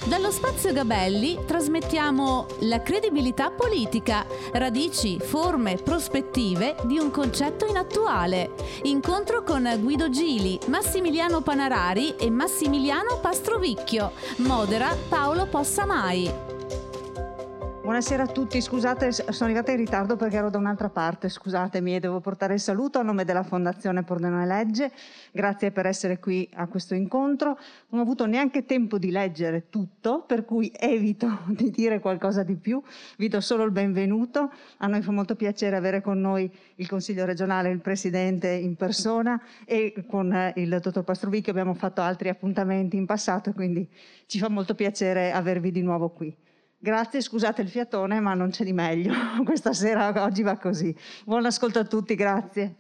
Dallo Spazio Gabelli trasmettiamo La credibilità politica, radici, forme, prospettive di un concetto inattuale. Incontro con Guido Gili, Massimiliano Panarari e Massimiliano Pastrovicchio. Modera Paolo Possamai. Buonasera a tutti, scusate, sono arrivata in ritardo perché ero da un'altra parte, scusatemi, e devo portare il saluto a nome della Fondazione Pordenone Legge. Grazie per essere qui a questo incontro. Non ho avuto neanche tempo di leggere tutto, per cui evito di dire qualcosa di più. Vi do solo il benvenuto. A noi fa molto piacere avere con noi il Consiglio regionale, il Presidente in persona, e con il Dottor Pastrovicchio abbiamo fatto altri appuntamenti in passato, quindi ci fa molto piacere avervi di nuovo qui. Grazie, scusate il fiatone, ma non c'è di meglio. Questa sera, oggi va così. Buon ascolto a tutti, grazie.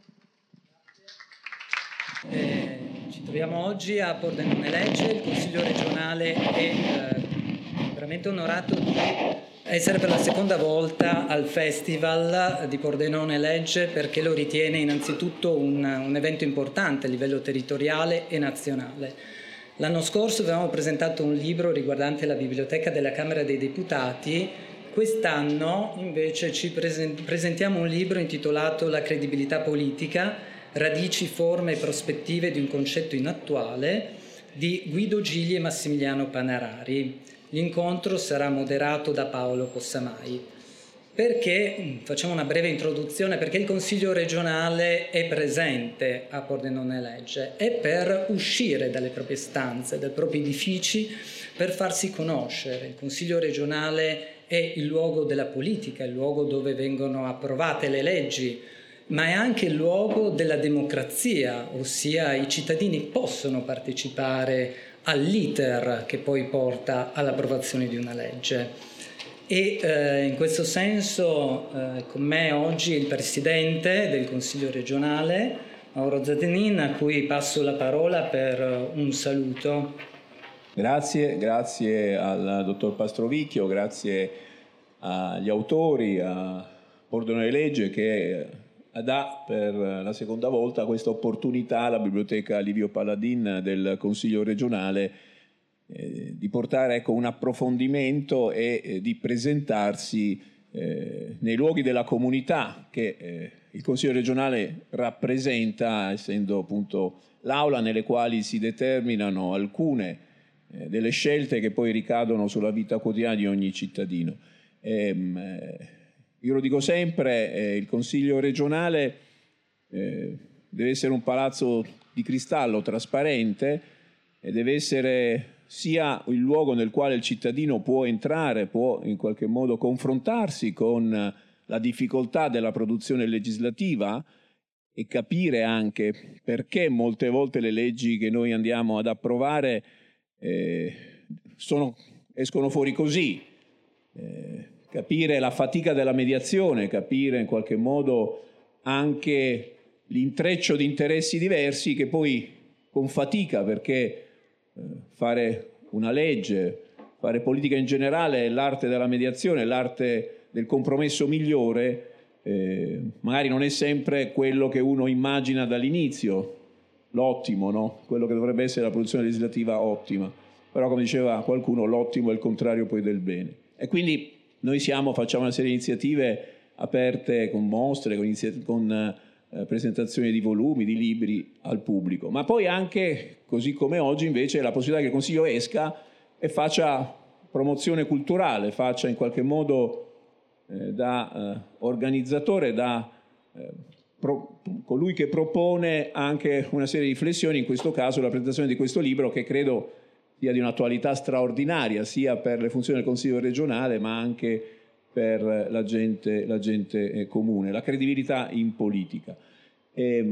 Ci troviamo oggi a Pordenone Legge, il Consiglio regionale è veramente onorato di essere per la seconda volta al Festival di Pordenone Legge, perché lo ritiene innanzitutto un evento importante a livello territoriale e nazionale. L'anno scorso avevamo presentato un libro riguardante la biblioteca della Camera dei Deputati. Quest'anno invece ci presentiamo un libro intitolato La credibilità politica, radici, forme e prospettive di un concetto inattuale, di Guido Gili e Massimiliano Panarari. L'incontro sarà moderato da Paolo Possamai. Perché, facciamo una breve introduzione, perché il Consiglio regionale è presente a Pordenone Legge e per uscire dalle proprie stanze, dai propri edifici, per farsi conoscere. Il Consiglio regionale è il luogo della politica, il luogo dove vengono approvate le leggi, ma è anche il luogo della democrazia, ossia i cittadini possono partecipare all'iter che poi porta all'approvazione di una legge. E in questo senso con me oggi il Presidente del Consiglio regionale, Mauro Zadenin, a cui passo la parola per un saluto. Grazie al Dottor Pastrovicchio, grazie agli autori, a Pordenone Legge che dà per la seconda volta questa opportunità alla Biblioteca Livio Paladin del Consiglio regionale di portare un approfondimento e di presentarsi nei luoghi della comunità che il Consiglio regionale rappresenta, essendo appunto l'aula nelle quali si determinano alcune delle scelte che poi ricadono sulla vita quotidiana di ogni cittadino. Io lo dico sempre, il Consiglio regionale deve essere un palazzo di cristallo trasparente e deve essere sia il luogo nel quale il cittadino può entrare, può in qualche modo confrontarsi con la difficoltà della produzione legislativa e capire anche perché molte volte le leggi che noi andiamo ad approvare escono fuori così. Capire la fatica della mediazione, capire in qualche modo anche l'intreccio di interessi diversi che poi con fatica, perché fare una legge, fare politica in generale è l'arte della mediazione, l'arte del compromesso migliore, magari non è sempre quello che uno immagina dall'inizio, l'ottimo, no? Quello che dovrebbe essere la produzione legislativa ottima, però come diceva qualcuno l'ottimo è il contrario poi del bene. E quindi noi facciamo una serie di iniziative aperte con mostre, con presentazioni di volumi, di libri al pubblico, ma poi anche, così come oggi invece, la possibilità che il Consiglio esca e faccia promozione culturale, faccia in qualche modo da organizzatore, da colui che propone anche una serie di riflessioni, in questo caso la presentazione di questo libro che credo sia di un'attualità straordinaria sia per le funzioni del Consiglio regionale ma anche per la gente comune, la credibilità in politica. Se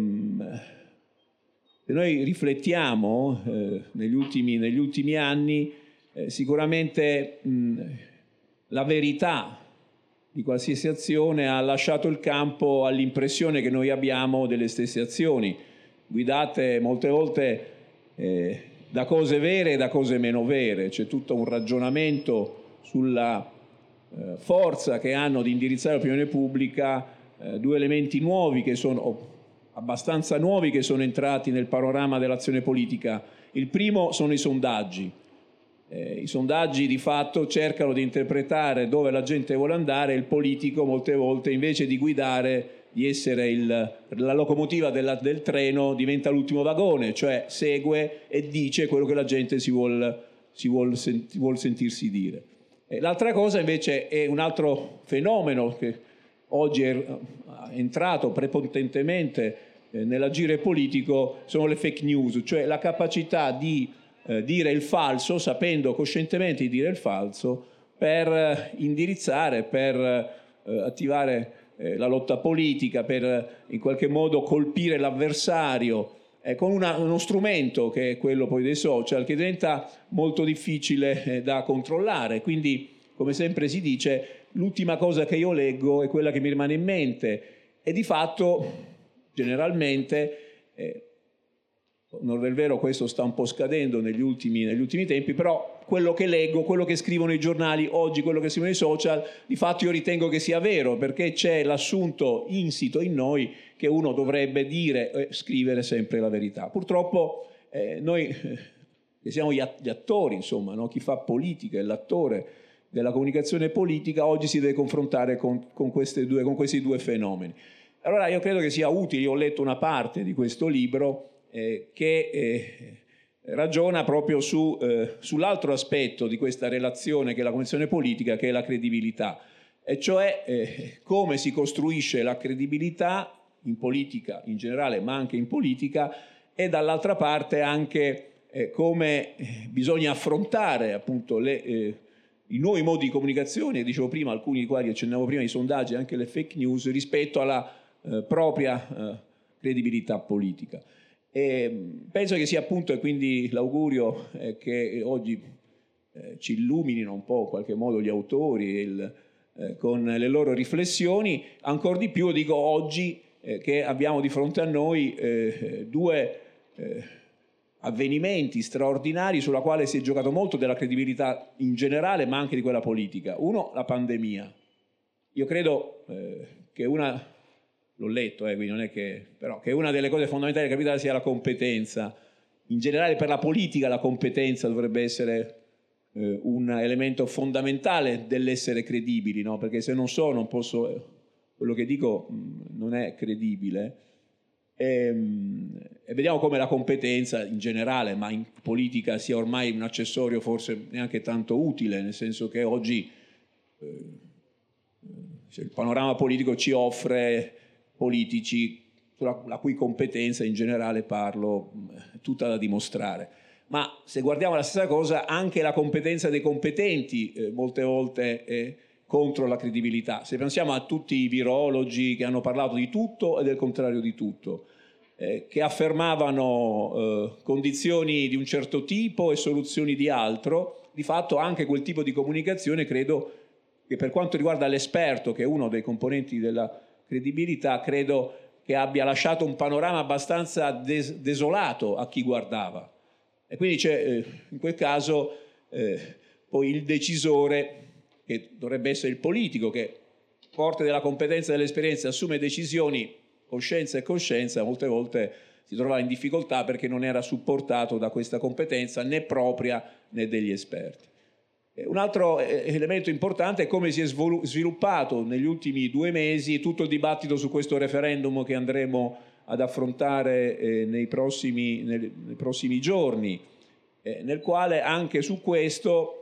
noi riflettiamo negli ultimi anni, sicuramente la verità di qualsiasi azione ha lasciato il campo all'impressione che noi abbiamo delle stesse azioni, guidate molte volte da cose vere e da cose meno vere. C'è tutto un ragionamento sulla forza che hanno di indirizzare l'opinione pubblica due elementi nuovi che sono abbastanza nuovi, che sono entrati nel panorama dell'azione politica. Il primo sono i sondaggi. I sondaggi di fatto cercano di interpretare dove la gente vuole andare, il politico molte volte invece di guidare, di essere la locomotiva del treno, diventa l'ultimo vagone, cioè segue e dice quello che la gente vuol sentirsi dire. L'altra cosa invece è un altro fenomeno che oggi è entrato prepotentemente nell'agire politico, sono le fake news, cioè la capacità di dire il falso, sapendo coscientemente di dire il falso, per indirizzare, per attivare la lotta politica, per in qualche modo colpire l'avversario, con uno strumento che è quello poi dei social, che diventa molto difficile da controllare. Quindi, come sempre si dice, l'ultima cosa che io leggo è quella che mi rimane in mente, e di fatto generalmente, non è vero, questo sta un po' scadendo negli ultimi tempi, però quello che leggo, quello che scrivono i giornali oggi, quello che scrivono i social, di fatto io ritengo che sia vero, perché c'è l'assunto insito in noi che uno dovrebbe dire e scrivere sempre la verità. Purtroppo noi che siamo gli attori, insomma, no? Chi fa politica è l'attore della comunicazione politica, oggi si deve confrontare con questi due fenomeni. Allora io credo che sia utile, io ho letto una parte di questo libro che ragiona proprio sull'altro aspetto di questa relazione che è la comunicazione politica, che è la credibilità, e cioè come si costruisce la credibilità in politica in generale, ma anche in politica, e dall'altra parte anche come bisogna affrontare appunto i nuovi modi di comunicazione, dicevo prima, alcuni di quali accennavo prima, i sondaggi e anche le fake news, rispetto alla propria credibilità politica. E penso che sia appunto, e quindi l'augurio che oggi ci illuminino un po' in qualche modo gli autori con le loro riflessioni, ancor di più dico oggi che abbiamo di fronte a noi due avvenimenti straordinari sulla quale si è giocato molto della credibilità in generale, ma anche di quella politica. Uno, la pandemia. Io credo che l'ho letto, quindi non è che, però, che una delle cose fondamentali da capitale sia la competenza. In generale per la politica la competenza dovrebbe essere un elemento fondamentale dell'essere credibili, no? Perché se non posso, quello che dico non è credibile. E vediamo come la competenza in generale, ma in politica, sia ormai un accessorio forse neanche tanto utile, nel senso che oggi il panorama politico ci offre politici la cui competenza in generale parlo tutta da dimostrare. Ma se guardiamo la stessa cosa, anche la competenza dei competenti molte volte è contro la credibilità. Se pensiamo a tutti i virologi che hanno parlato di tutto e del contrario di tutto, che affermavano condizioni di un certo tipo e soluzioni di altro, di fatto anche quel tipo di comunicazione credo che, per quanto riguarda l'esperto, che è uno dei componenti della credibilità, credo che abbia lasciato un panorama abbastanza desolato a chi guardava. E quindi c'è in quel caso poi il decisore, che dovrebbe essere il politico, che forte della competenza e dell'esperienza assume decisioni coscienza e coscienza, molte volte si trovava in difficoltà perché non era supportato da questa competenza né propria né degli esperti. Un altro elemento importante è come si è sviluppato negli ultimi 2 mesi tutto il dibattito su questo referendum che andremo ad affrontare nei prossimi giorni, nel quale anche su questo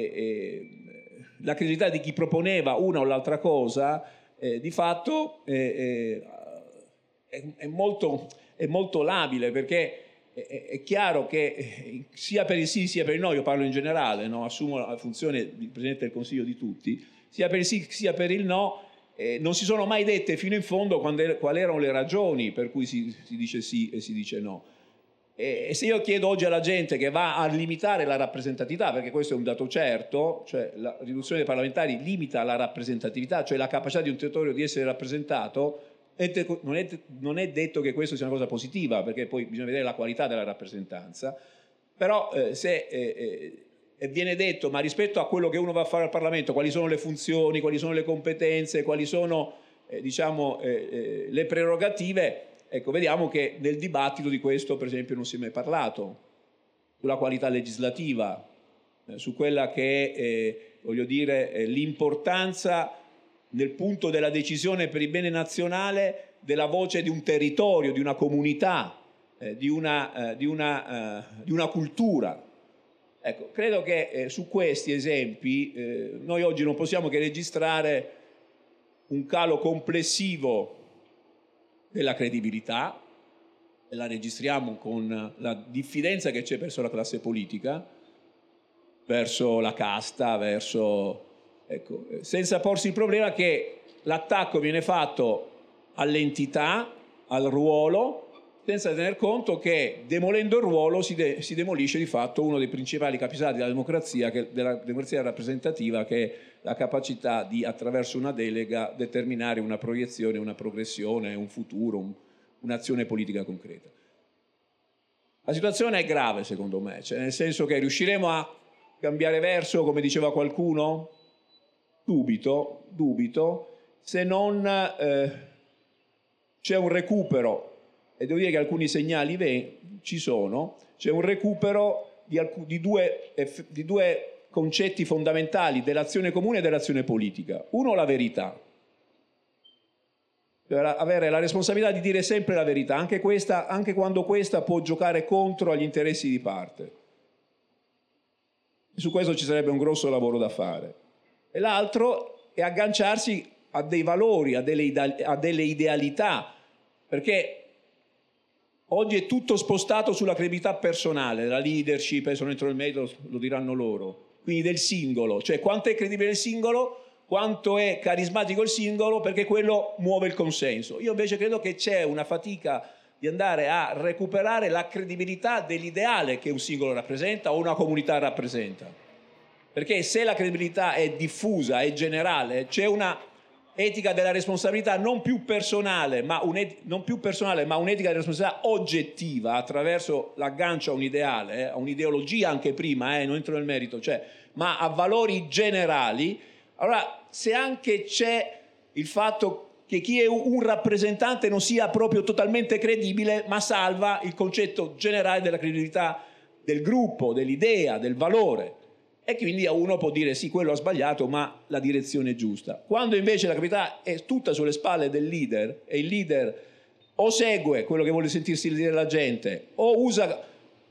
la credibilità di chi proponeva una o l'altra cosa di fatto è molto labile, perché è chiaro che sia per il sì sia per il no, io parlo in generale, no? Assumo la funzione di Presidente del Consiglio di tutti, sia per il sì sia per il no, non si sono mai dette fino in fondo quali erano le ragioni per cui si dice sì e si dice no. E se io chiedo oggi alla gente che va a limitare la rappresentatività, perché questo è un dato certo, cioè la riduzione dei parlamentari limita la rappresentatività, cioè la capacità di un territorio di essere rappresentato, non è detto che questo sia una cosa positiva, perché poi bisogna vedere la qualità della rappresentanza, però se viene detto, ma rispetto a quello che uno va a fare al Parlamento, quali sono le funzioni, quali sono le competenze, quali sono le prerogative, ecco, vediamo che nel dibattito di questo, per esempio, non si è mai parlato, sulla qualità legislativa, su quella che è, voglio dire, l'importanza nel punto della decisione per il bene nazionale della voce di un territorio, di una comunità, di una cultura. Ecco, credo che su questi esempi noi oggi non possiamo che registrare un calo complessivo della credibilità, e la registriamo con la diffidenza che c'è verso la classe politica, verso la casta, ecco, senza porsi il problema che l'attacco viene fatto all'entità, al ruolo, senza tener conto che demolendo il ruolo si demolisce di fatto uno dei principali capisaldi della democrazia rappresentativa, che è la capacità di, attraverso una delega, determinare una proiezione, una progressione, un futuro, un'azione politica concreta. La situazione è grave, secondo me, cioè nel senso che riusciremo a cambiare verso, come diceva qualcuno? Dubito, se non c'è un recupero, e devo dire che alcuni segnali ci sono, c'è un recupero di due concetti fondamentali dell'azione comune e dell'azione politica. Uno, la verità. Avere la responsabilità di dire sempre la verità, anche quando questa può giocare contro agli interessi di parte. Su questo ci sarebbe un grosso lavoro da fare. E l'altro è agganciarsi a dei valori, a delle idealità, perché oggi è tutto spostato sulla credibilità personale, la leadership, adesso non entro nel metodo, lo diranno loro, quindi del singolo, cioè quanto è credibile il singolo, quanto è carismatico il singolo, perché quello muove il consenso. Io invece credo che c'è una fatica di andare a recuperare la credibilità dell'ideale che un singolo rappresenta o una comunità rappresenta, perché se la credibilità è diffusa, è generale, c'è una etica della responsabilità non più personale, ma un'etica della responsabilità oggettiva attraverso l'aggancio a un ideale, a un'ideologia anche prima, non entro nel merito, ma a valori generali. Allora, se anche c'è il fatto che chi è un rappresentante non sia proprio totalmente credibile, ma salva il concetto generale della credibilità del gruppo, dell'idea, del valore. E quindi a uno può dire sì, quello ha sbagliato, ma la direzione è giusta. Quando invece la credibilità è tutta sulle spalle del leader, e il leader o segue quello che vuole sentirsi dire la gente, o usa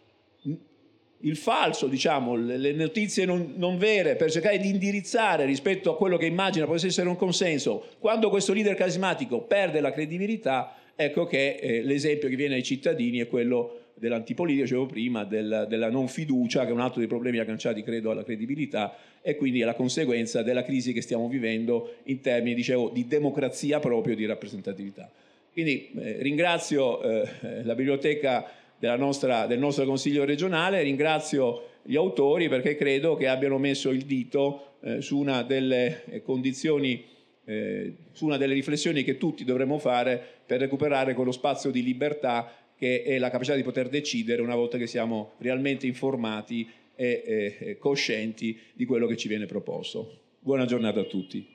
il falso, diciamo, le notizie non vere per cercare di indirizzare rispetto a quello che immagina potesse essere un consenso, quando questo leader carismatico perde la credibilità, ecco che l'esempio che viene ai cittadini è quello dell'antipolitica, dicevo prima, della non fiducia, che è un altro dei problemi agganciati, credo, alla credibilità, e quindi è la conseguenza della crisi che stiamo vivendo in termini, dicevo, di democrazia proprio, di rappresentatività. Quindi ringrazio la biblioteca del nostro Consiglio regionale, ringrazio gli autori perché credo che abbiano messo il dito su una delle condizioni, su una delle riflessioni che tutti dovremmo fare per recuperare quello spazio di libertà che è la capacità di poter decidere una volta che siamo realmente informati e coscienti di quello che ci viene proposto. Buona giornata a tutti.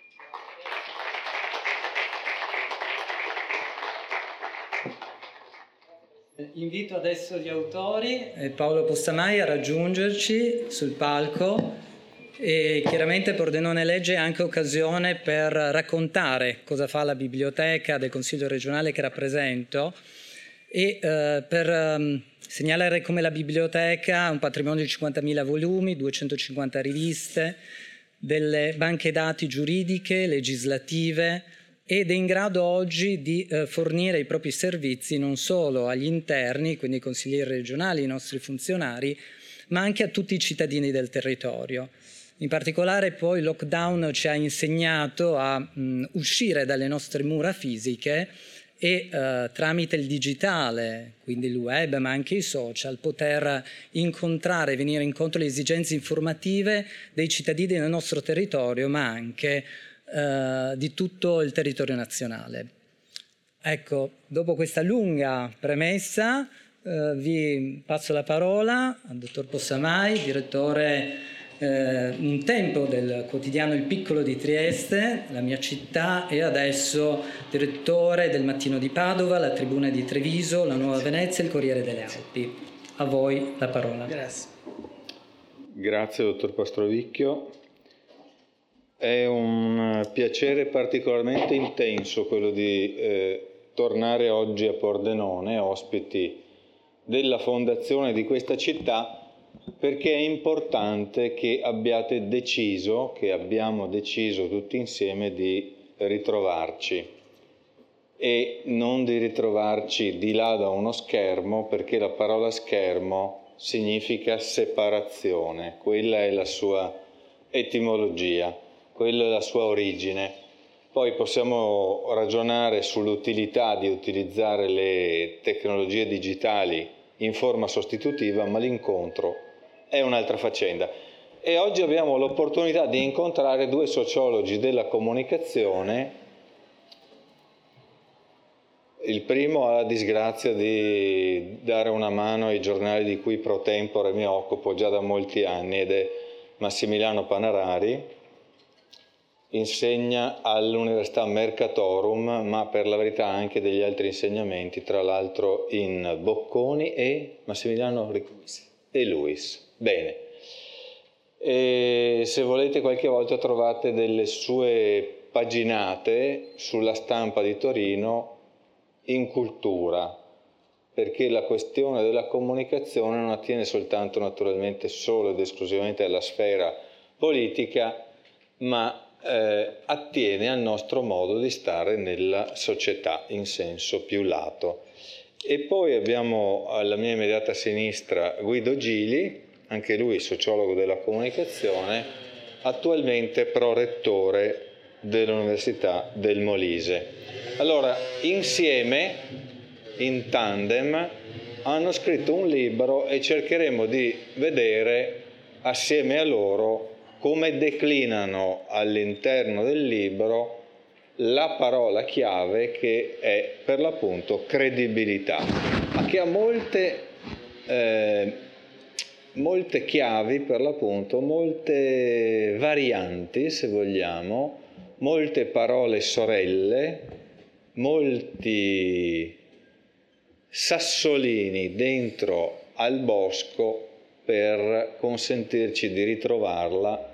Invito adesso gli autori e Paolo Postamai a raggiungerci sul palco, e chiaramente Pordenone Legge è anche occasione per raccontare cosa fa la biblioteca del Consiglio regionale che rappresento, e per segnalare come la biblioteca ha un patrimonio di 50.000 volumi, 250 riviste, delle banche dati giuridiche, legislative, ed è in grado oggi di fornire i propri servizi non solo agli interni, quindi ai consiglieri regionali, ai nostri funzionari, ma anche a tutti i cittadini del territorio. In particolare poi il lockdown ci ha insegnato a uscire dalle nostre mura fisiche e tramite il digitale, quindi il web ma anche i social, poter incontrare, venire incontro alle esigenze informative dei cittadini del nostro territorio, ma anche di tutto il territorio nazionale. Ecco, dopo questa lunga premessa vi passo la parola al dottor Postamai, direttore un tempo del quotidiano Il Piccolo di Trieste, la mia città, e adesso direttore del Mattino di Padova, la Tribuna di Treviso, la Nuova Venezia e il Corriere delle Alpi. A voi la parola. Grazie. Grazie, dottor Pastrovicchio. È un piacere particolarmente intenso quello di tornare oggi a Pordenone, ospiti della fondazione di questa città, perché è importante che abbiamo deciso tutti insieme di ritrovarci e non di ritrovarci di là da uno schermo, perché la parola schermo significa separazione, quella è la sua etimologia, quella è la sua origine. Poi possiamo ragionare sull'utilità di utilizzare le tecnologie digitali in forma sostitutiva, ma l'incontro è un'altra faccenda. E oggi abbiamo l'opportunità di incontrare due sociologi della comunicazione. Il primo ha la disgrazia di dare una mano ai giornali di cui pro tempore mi occupo già da molti anni, ed è Massimiliano Panarari. Insegna all'Università Mercatorum, ma per la verità anche degli altri insegnamenti, tra l'altro in Bocconi e Massimiliano e Luis. Bene. E se volete qualche volta trovate delle sue paginate sulla Stampa di Torino in Cultura, perché la questione della comunicazione non attiene soltanto naturalmente solo ed esclusivamente alla sfera politica, ma attiene al nostro modo di stare nella società in senso più lato. E poi abbiamo alla mia immediata sinistra Guido Gili, anche lui sociologo della comunicazione, attualmente prorettore dell'Università del Molise. Allora, insieme, in tandem, hanno scritto un libro e cercheremo di vedere assieme a loro come declinano all'interno del libro la parola chiave che è per l'appunto credibilità, ma che ha molte chiavi per l'appunto, molte varianti se vogliamo, molte parole sorelle, molti sassolini dentro al bosco per consentirci di ritrovarla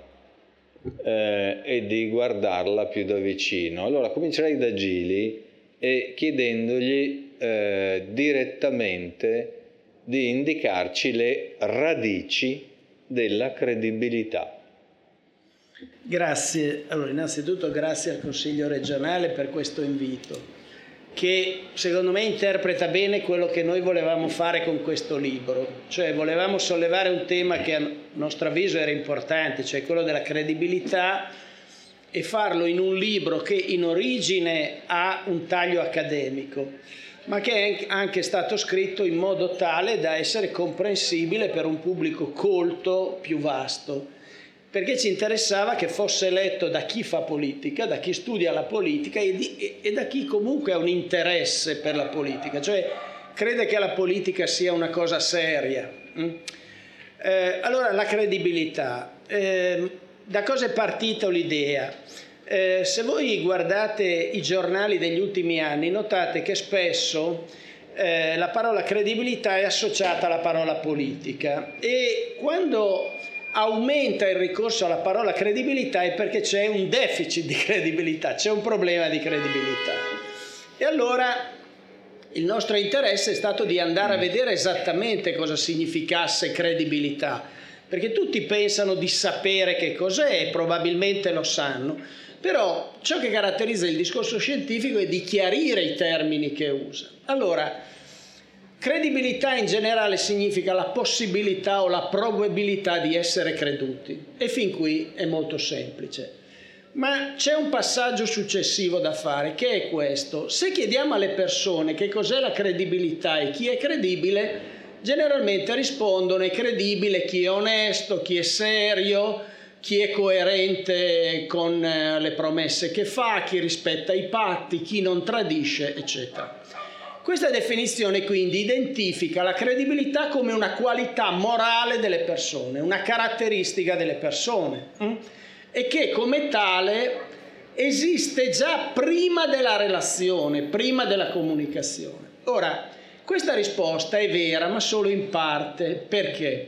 e di guardarla più da vicino. Allora comincerei da Gili e chiedendogli direttamente di indicarci le radici della credibilità. Grazie. Allora, innanzitutto grazie al Consiglio regionale per questo invito, che secondo me interpreta bene quello che noi volevamo fare con questo libro, cioè volevamo sollevare un tema che a nostro avviso era importante, cioè quello della credibilità, e farlo in un libro che in origine ha un taglio accademico, ma che è anche stato scritto in modo tale da essere comprensibile per un pubblico colto più vasto, perché ci interessava che fosse letto da chi fa politica, da chi studia la politica e da chi comunque ha un interesse per la politica, cioè crede che la politica sia una cosa seria. Allora, la credibilità. Da cosa è partita l'idea? Se voi guardate i giornali degli ultimi anni, notate che spesso la parola credibilità è associata alla parola politica, e quando aumenta il ricorso alla parola credibilità è perché c'è un deficit di credibilità, c'è un problema di credibilità. E allora il nostro interesse è stato di andare a vedere esattamente cosa significasse credibilità, perché tutti pensano di sapere che cos'è e probabilmente lo sanno, però ciò che caratterizza il discorso scientifico è di chiarire i termini che usa. Allora, credibilità in generale significa la possibilità o la probabilità di essere creduti, e fin qui è molto semplice. Ma c'è un passaggio successivo da fare, che è questo: se chiediamo alle persone che cos'è la credibilità e chi è credibile, generalmente rispondono: è credibile chi è onesto, chi è serio, chi è coerente con le promesse che fa, chi rispetta i patti, chi non tradisce, eccetera. Questa definizione quindi identifica la credibilità come una qualità morale delle persone, una caratteristica delle persone, e che come tale esiste già prima della relazione, prima della comunicazione. Ora, questa risposta è vera, ma solo in parte. Perché?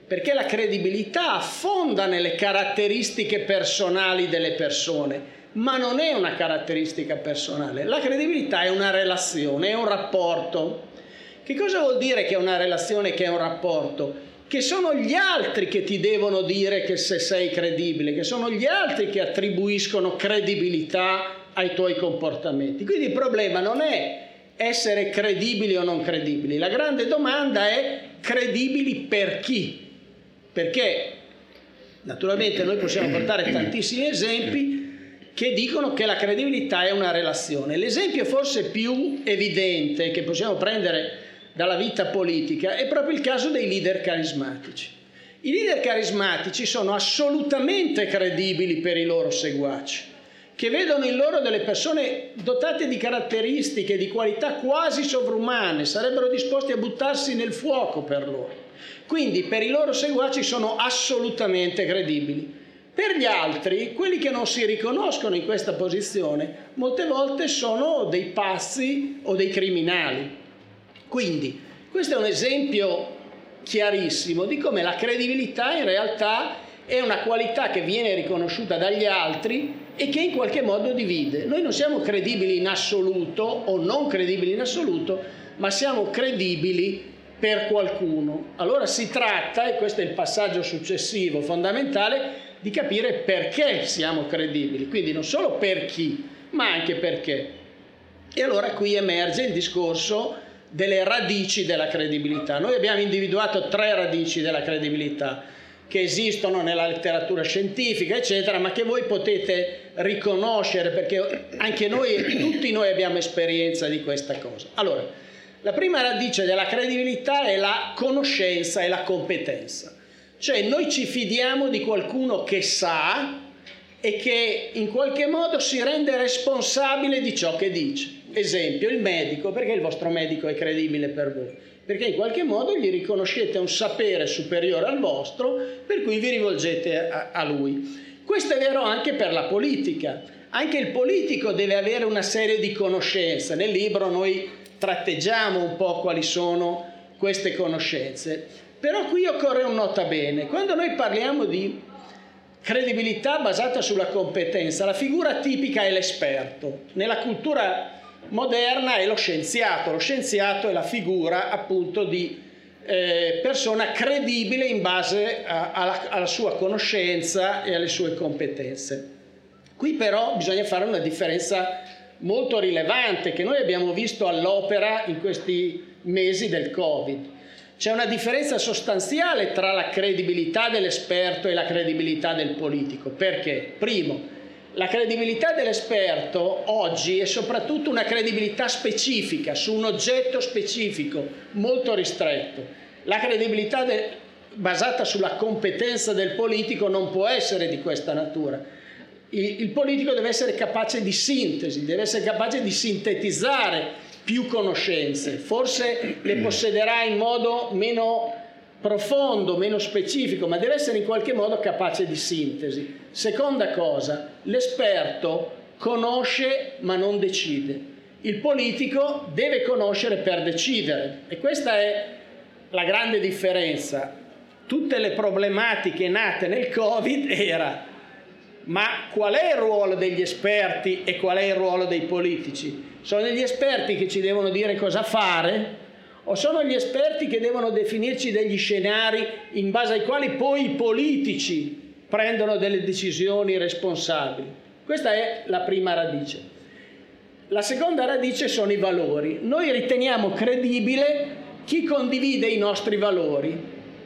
perché la credibilità affonda nelle caratteristiche personali delle persone, ma non è una caratteristica personale. La credibilità è una relazione, è un rapporto. Che cosa vuol dire che è una relazione, che è un rapporto? Che sono gli altri che ti devono dire che se sei credibile, che sono gli altri che attribuiscono credibilità ai tuoi comportamenti. Quindi il problema non è essere credibili o non credibili. La grande domanda è: credibili per chi? Perché naturalmente noi possiamo portare tantissimi esempi che dicono che la credibilità è una relazione. L'esempio forse più evidente che possiamo prendere dalla vita politica è proprio il caso dei leader carismatici. I leader carismatici sono assolutamente credibili per i loro seguaci, che vedono in loro delle persone dotate di caratteristiche, di qualità quasi sovrumane, sarebbero disposti a buttarsi nel fuoco per loro. Quindi per i loro seguaci sono assolutamente credibili. Per gli altri, quelli che non si riconoscono in questa posizione, molte volte sono dei pazzi o dei criminali. Quindi questo è un esempio chiarissimo di come la credibilità in realtà è una qualità che viene riconosciuta dagli altri e che in qualche modo divide. Noi non siamo credibili in assoluto o non credibili in assoluto, ma siamo credibili per qualcuno. Allora si tratta, e questo è il passaggio successivo fondamentale, di capire perché siamo credibili, quindi non solo per chi, ma anche perché. E allora qui emerge il discorso delle radici della credibilità. Noi abbiamo individuato 3 radici della credibilità che esistono nella letteratura scientifica, eccetera, ma che voi potete riconoscere perché anche noi, tutti noi abbiamo esperienza di questa cosa. Allora, la prima radice della credibilità è la conoscenza e la competenza. Cioè noi ci fidiamo di qualcuno che sa e che in qualche modo si rende responsabile di ciò che dice. Esempio, il medico. Perché il vostro medico è credibile per voi? Perché in qualche modo gli riconoscete un sapere superiore al vostro, per cui vi rivolgete a lui. Questo è vero anche per la politica. Anche il politico deve avere una serie di conoscenze. Nel libro noi tratteggiamo un po' quali sono queste conoscenze. Però qui occorre un nota bene. Quando noi parliamo di credibilità basata sulla competenza, la figura tipica è l'esperto. Nella cultura moderna è lo scienziato. Lo scienziato è la figura appunto di persona credibile in base alla sua conoscenza e alle sue competenze. Qui però bisogna fare una differenza molto rilevante che noi abbiamo visto all'opera in questi mesi del Covid. C'è una differenza sostanziale tra la credibilità dell'esperto e la credibilità del politico. Perché? Primo, la credibilità dell'esperto oggi è soprattutto una credibilità specifica, su un oggetto specifico, molto ristretto. La credibilità basata sulla competenza del politico non può essere di questa natura. Il politico deve essere capace di sintesi, deve essere capace di sintetizzare più conoscenze, forse le possederà in modo meno profondo, meno specifico, ma deve essere in qualche modo capace di sintesi. Seconda cosa, l'esperto conosce ma non decide. Il politico deve conoscere per decidere e questa è la grande differenza. Tutte le problematiche nate nel Covid era: ma qual è il ruolo degli esperti e qual è il ruolo dei politici? Sono gli esperti che ci devono dire cosa fare o sono gli esperti che devono definirci degli scenari in base ai quali poi i politici prendono delle decisioni responsabili? Questa è la prima radice. La seconda radice sono i valori. Noi riteniamo credibile chi condivide i nostri valori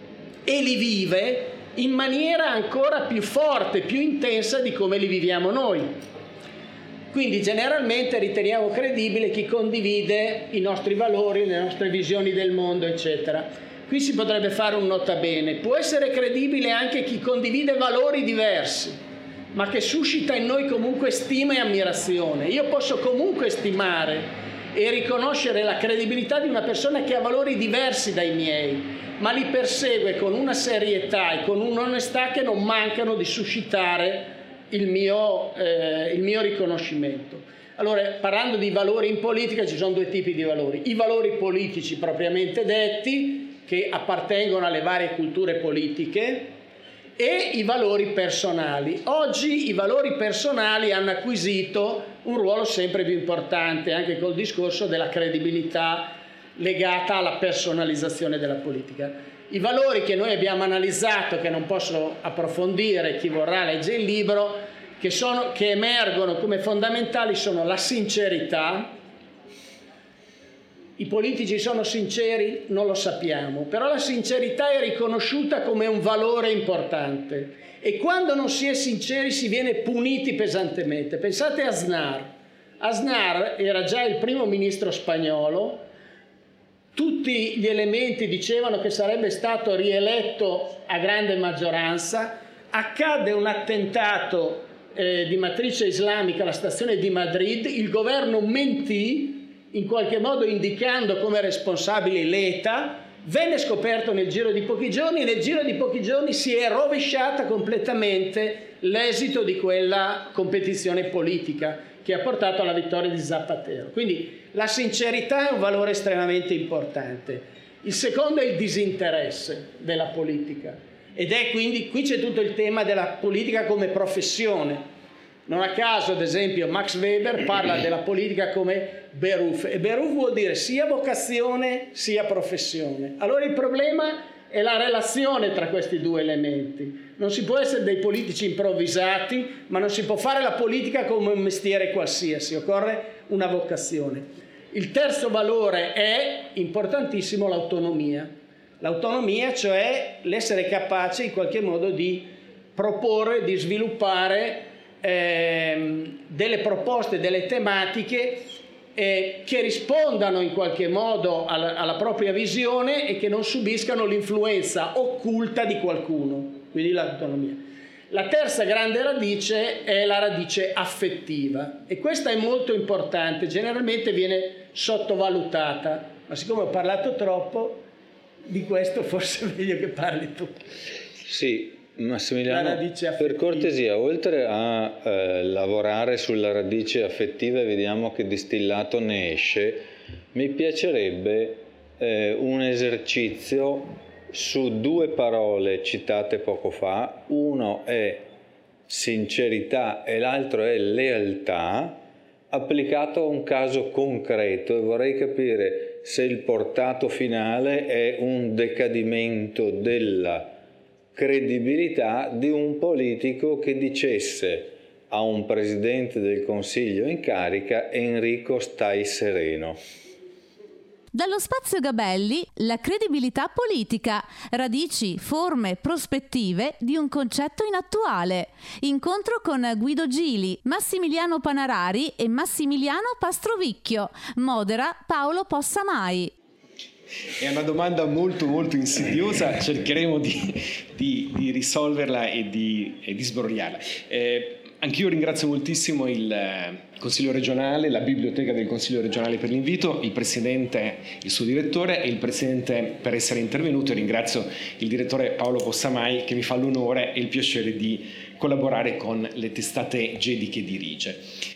e li vive in maniera ancora più forte, più intensa di come li viviamo noi. Quindi generalmente riteniamo credibile chi condivide i nostri valori, le nostre visioni del mondo, eccetera. Qui si potrebbe fare un nota bene. Può essere credibile anche chi condivide valori diversi, ma che suscita in noi comunque stima e ammirazione. Io posso comunque stimare e riconoscere la credibilità di una persona che ha valori diversi dai miei, ma li persegue con una serietà e con un'onestà che non mancano di suscitare il mio riconoscimento. Allora, parlando di valori in politica, ci sono 2 tipi di valori. I valori politici propriamente detti, che appartengono alle varie culture politiche, e i valori personali. Oggi i valori personali hanno acquisito un ruolo sempre più importante, anche col discorso della credibilità legata alla personalizzazione della politica. I valori che noi abbiamo analizzato, che non posso approfondire, chi vorrà legge il libro, che emergono come fondamentali sono la sincerità. I politici sono sinceri? Non lo sappiamo, però la sincerità è riconosciuta come un valore importante, e quando non si è sinceri si viene puniti pesantemente. Pensate a Aznar. Aznar era già il primo ministro spagnolo, tutti gli elementi dicevano che sarebbe stato rieletto a grande maggioranza, accadde un attentato di matrice islamica alla stazione di Madrid, il governo mentì, in qualche modo indicando come responsabile l'ETA, venne scoperto nel giro di pochi giorni, e nel giro di pochi giorni si è rovesciata completamente l'esito di quella competizione politica che ha portato alla vittoria di Zapatero. Quindi la sincerità è un valore estremamente importante. Il secondo è il disinteresse della politica, ed è quindi, qui c'è tutto il tema della politica come professione. Non a caso, ad esempio, Max Weber parla della politica come Beruf, e Beruf vuol dire sia vocazione sia professione. Allora il problema è la relazione tra questi due elementi. Non si può essere dei politici improvvisati, ma non si può fare la politica come un mestiere qualsiasi, occorre una vocazione. Il terzo valore è importantissimo, l'autonomia. L'autonomia, cioè l'essere capace in qualche modo di proporre, di sviluppare delle proposte, delle tematiche che rispondano in qualche modo alla propria visione e che non subiscano l'influenza occulta di qualcuno, quindi l'autonomia. La terza grande radice è la radice affettiva, e questa è molto importante, generalmente viene sottovalutata, ma siccome ho parlato troppo di questo forse è meglio che parli tu. Sì. Massimiliano, per cortesia, oltre a lavorare sulla radice affettiva e vediamo che distillato ne esce, mi piacerebbe un esercizio su due parole citate poco fa. Uno è sincerità e l'altro è lealtà, applicato a un caso concreto, e vorrei capire se il portato finale è un decadimento della credibilità di un politico che dicesse a un presidente del Consiglio in carica: Enrico, stai sereno. Dallo Spazio Gabelli, la credibilità politica, radici, forme, prospettive di un concetto inattuale. Incontro con Guido Gili, Massimiliano Panarari e Massimiliano Pastrovicchio. Modera Paolo Possamai. È una domanda molto molto insidiosa, cercheremo di risolverla e di sbrogliarla. Anch'io ringrazio moltissimo il Consiglio regionale, la biblioteca del Consiglio regionale per l'invito, il Presidente, il suo direttore e il Presidente per essere intervenuto. Ringrazio il direttore Paolo Possamai, che mi fa l'onore e il piacere di collaborare con le testate GEDI che dirige.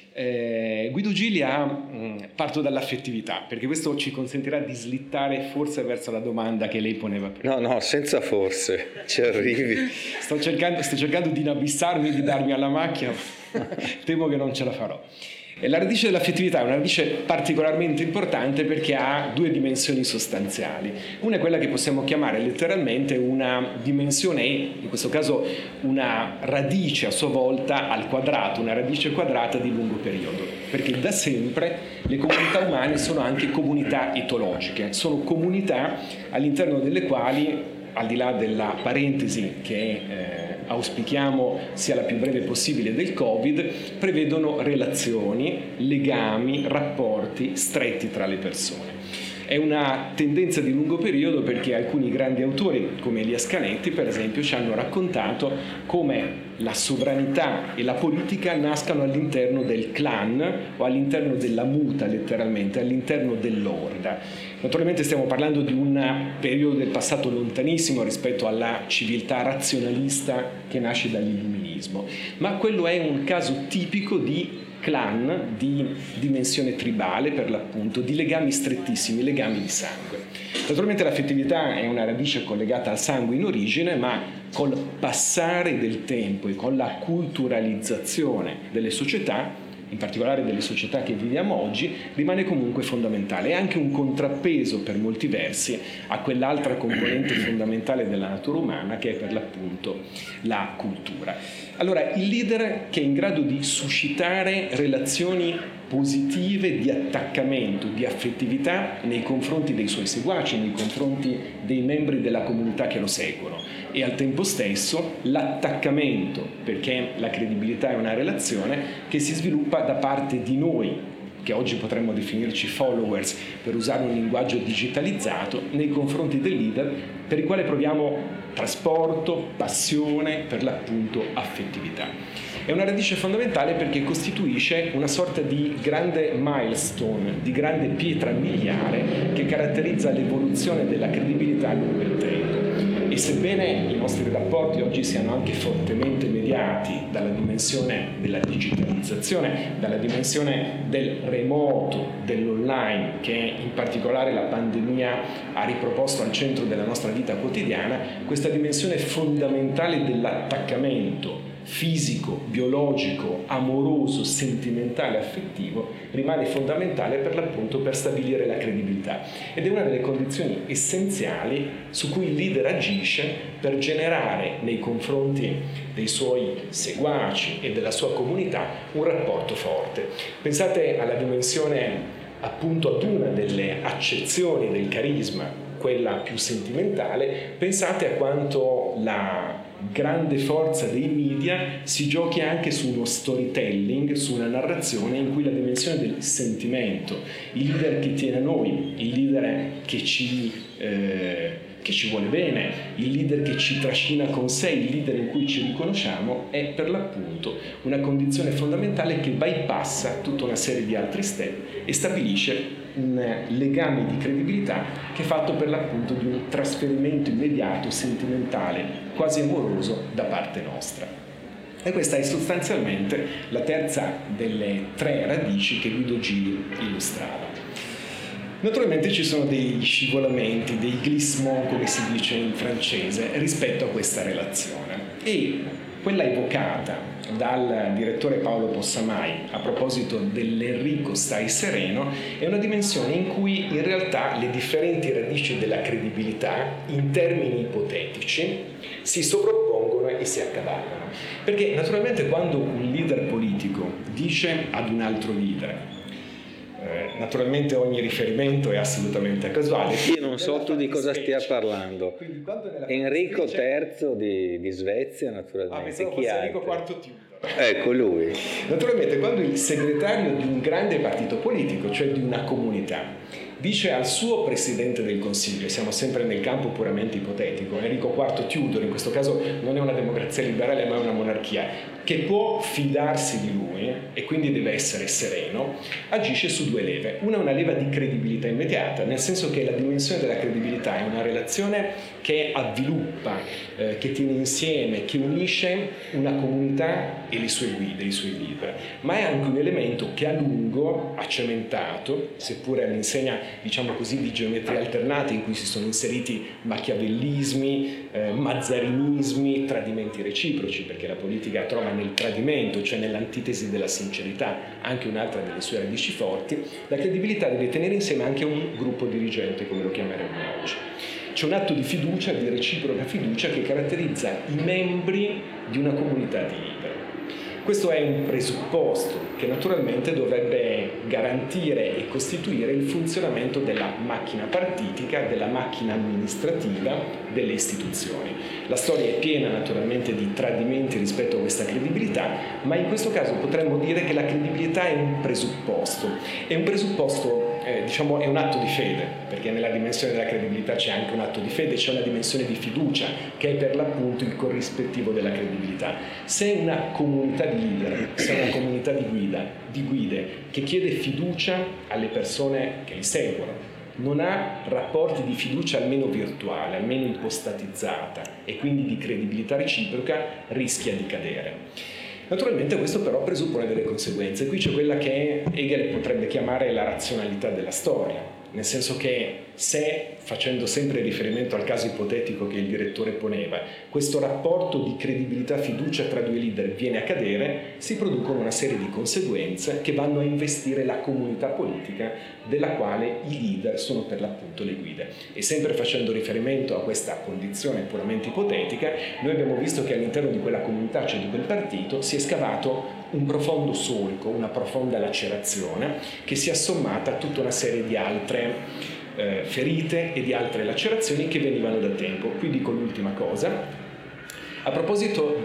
Guido Gili parto dall'affettività, perché questo ci consentirà di slittare forse verso la domanda che lei poneva prima. No, senza forse, ci arrivi. Sto cercando di inabissarmi, di darmi alla macchina, temo che non ce la farò. La radice dell'affettività è una radice particolarmente importante perché ha due dimensioni sostanziali. Una è quella che possiamo chiamare letteralmente una dimensione, in questo caso una radice a sua volta al quadrato, una radice quadrata di lungo periodo, perché da sempre le comunità umane sono anche comunità etologiche, sono comunità all'interno delle quali, al di là della parentesi che auspichiamo sia la più breve possibile del Covid, prevedono relazioni, legami, rapporti stretti tra le persone. È una tendenza di lungo periodo perché alcuni grandi autori, come Elias Canetti per esempio, ci hanno raccontato come la sovranità e la politica nascano all'interno del clan o all'interno della muta, letteralmente, all'interno dell'orda. Naturalmente stiamo parlando di un periodo del passato lontanissimo rispetto alla civiltà razionalista che nasce dall'illuminismo, ma quello è un caso tipico di clan, di dimensione tribale per l'appunto, di legami strettissimi, legami di sangue. Naturalmente l'affettività è una radice collegata al sangue in origine, ma col passare del tempo e con la culturalizzazione delle società, in particolare delle società che viviamo oggi, rimane comunque fondamentale. È anche un contrappeso per molti versi a quell'altra componente fondamentale della natura umana che è per l'appunto la cultura. Allora, il leader che è in grado di suscitare relazioni positive di attaccamento, di affettività nei confronti dei suoi seguaci, nei confronti dei membri della comunità che lo seguono, e al tempo stesso l'attaccamento, perché la credibilità è una relazione che si sviluppa da parte di noi, che oggi potremmo definirci followers per usare un linguaggio digitalizzato, nei confronti del leader per il quale proviamo trasporto, passione, per l'appunto affettività. È una radice fondamentale perché costituisce una sorta di grande milestone, di grande pietra miliare che caratterizza l'evoluzione della credibilità lungo il tempo. E sebbene i nostri rapporti oggi siano anche fortemente mediati dalla dimensione della digitalizzazione, dalla dimensione del remoto, dell'online, che in particolare la pandemia ha riproposto al centro della nostra vita quotidiana, questa dimensione fondamentale dell'attaccamento fisico, biologico, amoroso, sentimentale, affettivo rimane fondamentale per l'appunto per stabilire la credibilità, ed è una delle condizioni essenziali su cui il leader agisce per generare nei confronti dei suoi seguaci e della sua comunità un rapporto forte. Pensate alla dimensione appunto ad una delle accezioni del carisma, quella più sentimentale. Pensate a quanto la grande forza dei media si giochi anche su uno storytelling, su una narrazione in cui la dimensione del sentimento, il leader che tiene a noi, il leader che ci vuole bene, il leader che ci trascina con sé, il leader in cui ci riconosciamo, è per l'appunto una condizione fondamentale che bypassa tutta una serie di altri step e stabilisce un legame di credibilità che è fatto per l'appunto di un trasferimento immediato, sentimentale, quasi amoroso da parte nostra. E questa è sostanzialmente la terza delle tre radici che Guido Gili illustrava. Naturalmente ci sono degli scivolamenti, dei glissement, come si dice in francese, rispetto a questa relazione. E quella evocata dal direttore Paolo Possamai a proposito dell'Enrico stai sereno è una dimensione in cui in realtà le differenti radici della credibilità in termini ipotetici si sovrappongono e si accavallano. Perché naturalmente quando un leader politico dice ad un altro leader, naturalmente ogni riferimento è assolutamente casuale. Io non so tu di cosa stia parlando. Enrico III di Svezia, naturalmente. Chi è? Enrico IV Tudor. Ecco lui. Naturalmente quando il segretario di un grande partito politico, cioè di una comunità, dice al suo presidente del Consiglio, siamo sempre nel campo puramente ipotetico, Enrico IV Tudor, in questo caso non è una democrazia liberale ma è una monarchia, che può fidarsi di lui e quindi deve essere sereno, agisce su due leve. Una è una leva di credibilità immediata, nel senso che la dimensione della credibilità è una relazione che avviluppa, che tiene insieme, che unisce una comunità e le sue guide, i suoi leader, ma è anche un elemento che a lungo ha cementato, seppure all'insegna, diciamo così, di geometrie alternate in cui si sono inseriti machiavellismi, mazzarinismi, tradimenti reciproci, perché la politica trova nel tradimento, cioè nell'antitesi della sincerità, anche un'altra delle sue radici forti. La credibilità deve tenere insieme anche un gruppo dirigente, come lo chiameremo oggi. C'è un atto di fiducia, di reciproca fiducia, che caratterizza i membri di una comunità di leader. Questo è un presupposto che naturalmente dovrebbe garantire e costituire il funzionamento della macchina partitica, della macchina amministrativa, delle istituzioni. La storia è piena naturalmente di tradimenti rispetto a questa credibilità, ma in questo caso potremmo dire che la credibilità è un presupposto. È un presupposto, diciamo, è un atto di fede, perché nella dimensione della credibilità c'è anche un atto di fede, c'è una dimensione di fiducia, che è per l'appunto il corrispettivo della credibilità. Se una comunità di leader, se una comunità di guide che chiede fiducia alle persone che li seguono, non ha rapporti di fiducia almeno virtuale, almeno ipostatizzata, e quindi di credibilità reciproca, rischia di cadere. Naturalmente questo però presuppone delle conseguenze. Qui c'è quella che Hegel potrebbe chiamare la razionalità della storia, nel senso che se, facendo sempre riferimento al caso ipotetico che il direttore poneva, questo rapporto di credibilità-fiducia tra due leader viene a cadere, si producono una serie di conseguenze che vanno a investire la comunità politica della quale i leader sono per l'appunto le guide. E sempre facendo riferimento a questa condizione puramente ipotetica, noi abbiamo visto che all'interno di quella comunità, cioè di quel partito, si è scavato un profondo solco, una profonda lacerazione che si è assommata a tutta una serie di altre ferite e di altre lacerazioni che venivano da tempo. Qui dico l'ultima cosa, a proposito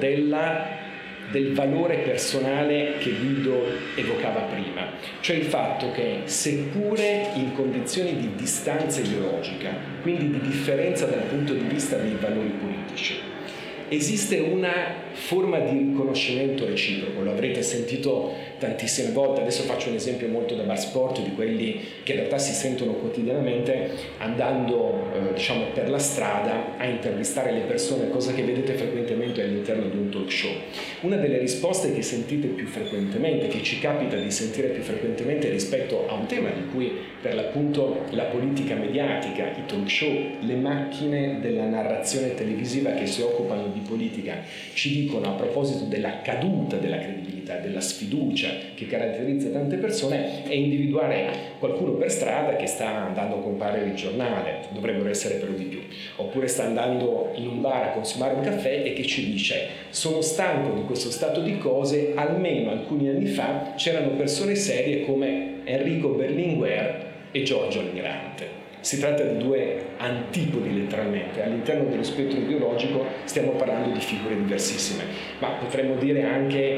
del valore personale che Guido evocava prima, cioè il fatto che seppure in condizioni di distanza ideologica, quindi di differenza dal punto di vista dei valori politici, esiste una forma di riconoscimento reciproco, lo avrete sentito tantissime volte. Adesso faccio un esempio molto da bar sport, di quelli che in realtà si sentono quotidianamente andando per la strada a intervistare le persone, cosa che vedete frequentemente all'interno di un talk show. Una delle risposte che sentite più frequentemente, che ci capita di sentire più frequentemente rispetto a un tema di cui per l'appunto la politica mediatica, i talk show, le macchine della narrazione televisiva che si occupano di politica ci dicono a proposito della caduta della credibilità, della sfiducia che caratterizza tante persone, è individuare qualcuno per strada che sta andando a comprare il giornale, dovrebbero essere però di più, oppure sta andando in un bar a consumare un caffè e che ci dice: sono stanco di questo stato di cose, almeno alcuni anni fa c'erano persone serie come Enrico Berlinguer e Giorgio Almirante. Si tratta di due antipodi letteralmente, all'interno dello spettro ideologico stiamo parlando di figure diversissime, ma potremmo dire anche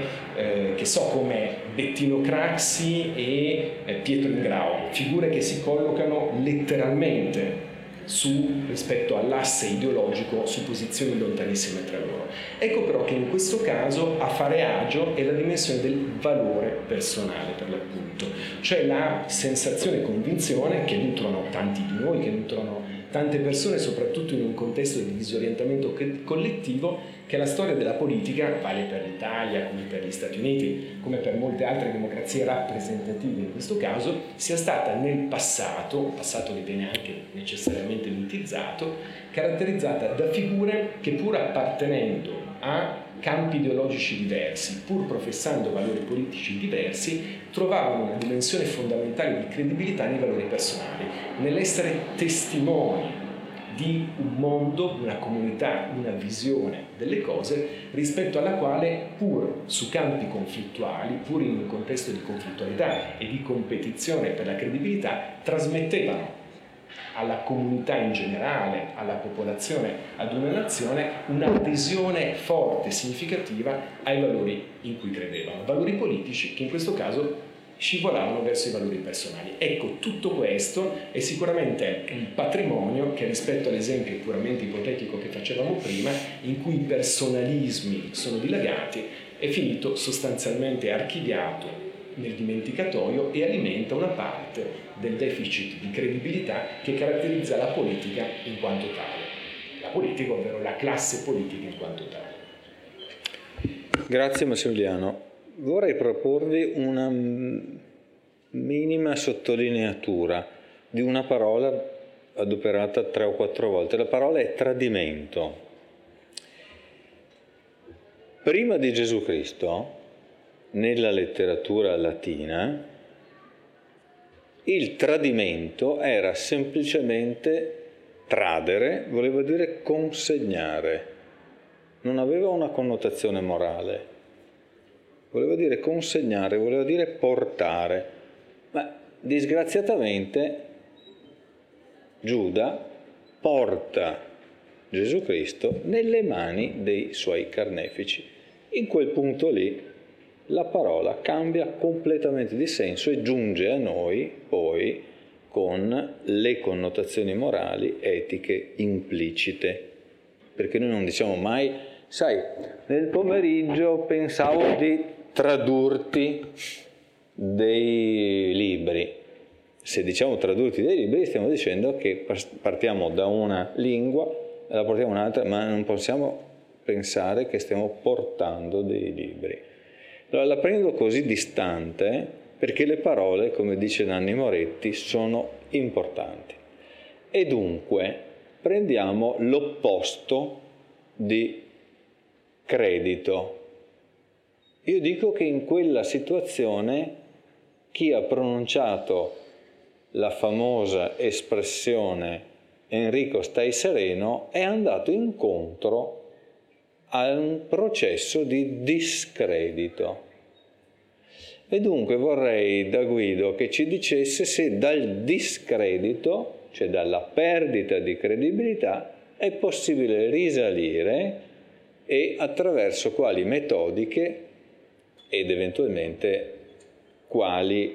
come Bettino Craxi e Pietro Ingrao, figure che si collocano letteralmente rispetto all'asse ideologico su posizioni lontanissime tra loro. Ecco però che in questo caso a fare agio è la dimensione del valore personale, per l'appunto, cioè la sensazione e convinzione che nutrono tanti di noi, che nutrono tante persone, soprattutto in un contesto di disorientamento collettivo, che la storia della politica, vale per l'Italia come per gli Stati Uniti, come per molte altre democrazie rappresentative in questo caso, sia stata nel passato che viene anche necessariamente mitizzato, caratterizzata da figure che pur appartenendo a campi ideologici diversi, pur professando valori politici diversi, trovavano una dimensione fondamentale di credibilità nei valori personali, nell'essere testimoni di un mondo, una comunità, una visione delle cose rispetto alla quale, pur su campi conflittuali, pur in un contesto di conflittualità e di competizione per la credibilità, trasmettevano alla comunità in generale, alla popolazione, ad una nazione, un'adesione forte, significativa ai valori in cui credevano, valori politici che in questo caso scivolavano verso i valori personali. Ecco, tutto questo è sicuramente un patrimonio che, rispetto all'esempio puramente ipotetico che facevamo prima, in cui i personalismi sono dilagati, è finito sostanzialmente archiviato nel dimenticatoio e alimenta una parte del deficit di credibilità che caratterizza la politica in quanto tale. La politica, ovvero la classe politica in quanto tale. Grazie Massimiliano. Vorrei proporvi una minima sottolineatura di una parola adoperata 3 o 4 volte. La parola è tradimento. Prima di Gesù Cristo, nella letteratura latina, il tradimento era semplicemente tradere, voleva dire consegnare, non aveva una connotazione morale. Voleva dire consegnare, voleva dire portare, ma disgraziatamente Giuda porta Gesù Cristo nelle mani dei suoi carnefici. In quel punto lì la parola cambia completamente di senso e giunge a noi poi con le connotazioni morali, etiche implicite, perché noi non diciamo mai: sai, nel pomeriggio pensavo di tradurti dei libri. se diciamo tradurti dei libri, stiamo dicendo che partiamo da una lingua e la portiamo un'altra, ma non possiamo pensare che stiamo portando dei libri. Allora la prendo così distante perché le parole, come dice Nanni Moretti, sono importanti. E dunque prendiamo l'opposto di credito. Io dico che in quella situazione chi ha pronunciato la famosa espressione Enrico stai sereno è andato incontro a un processo di discredito. E dunque vorrei da Guido che ci dicesse se dal discredito, cioè dalla perdita di credibilità, è possibile risalire e attraverso quali metodiche ed eventualmente quali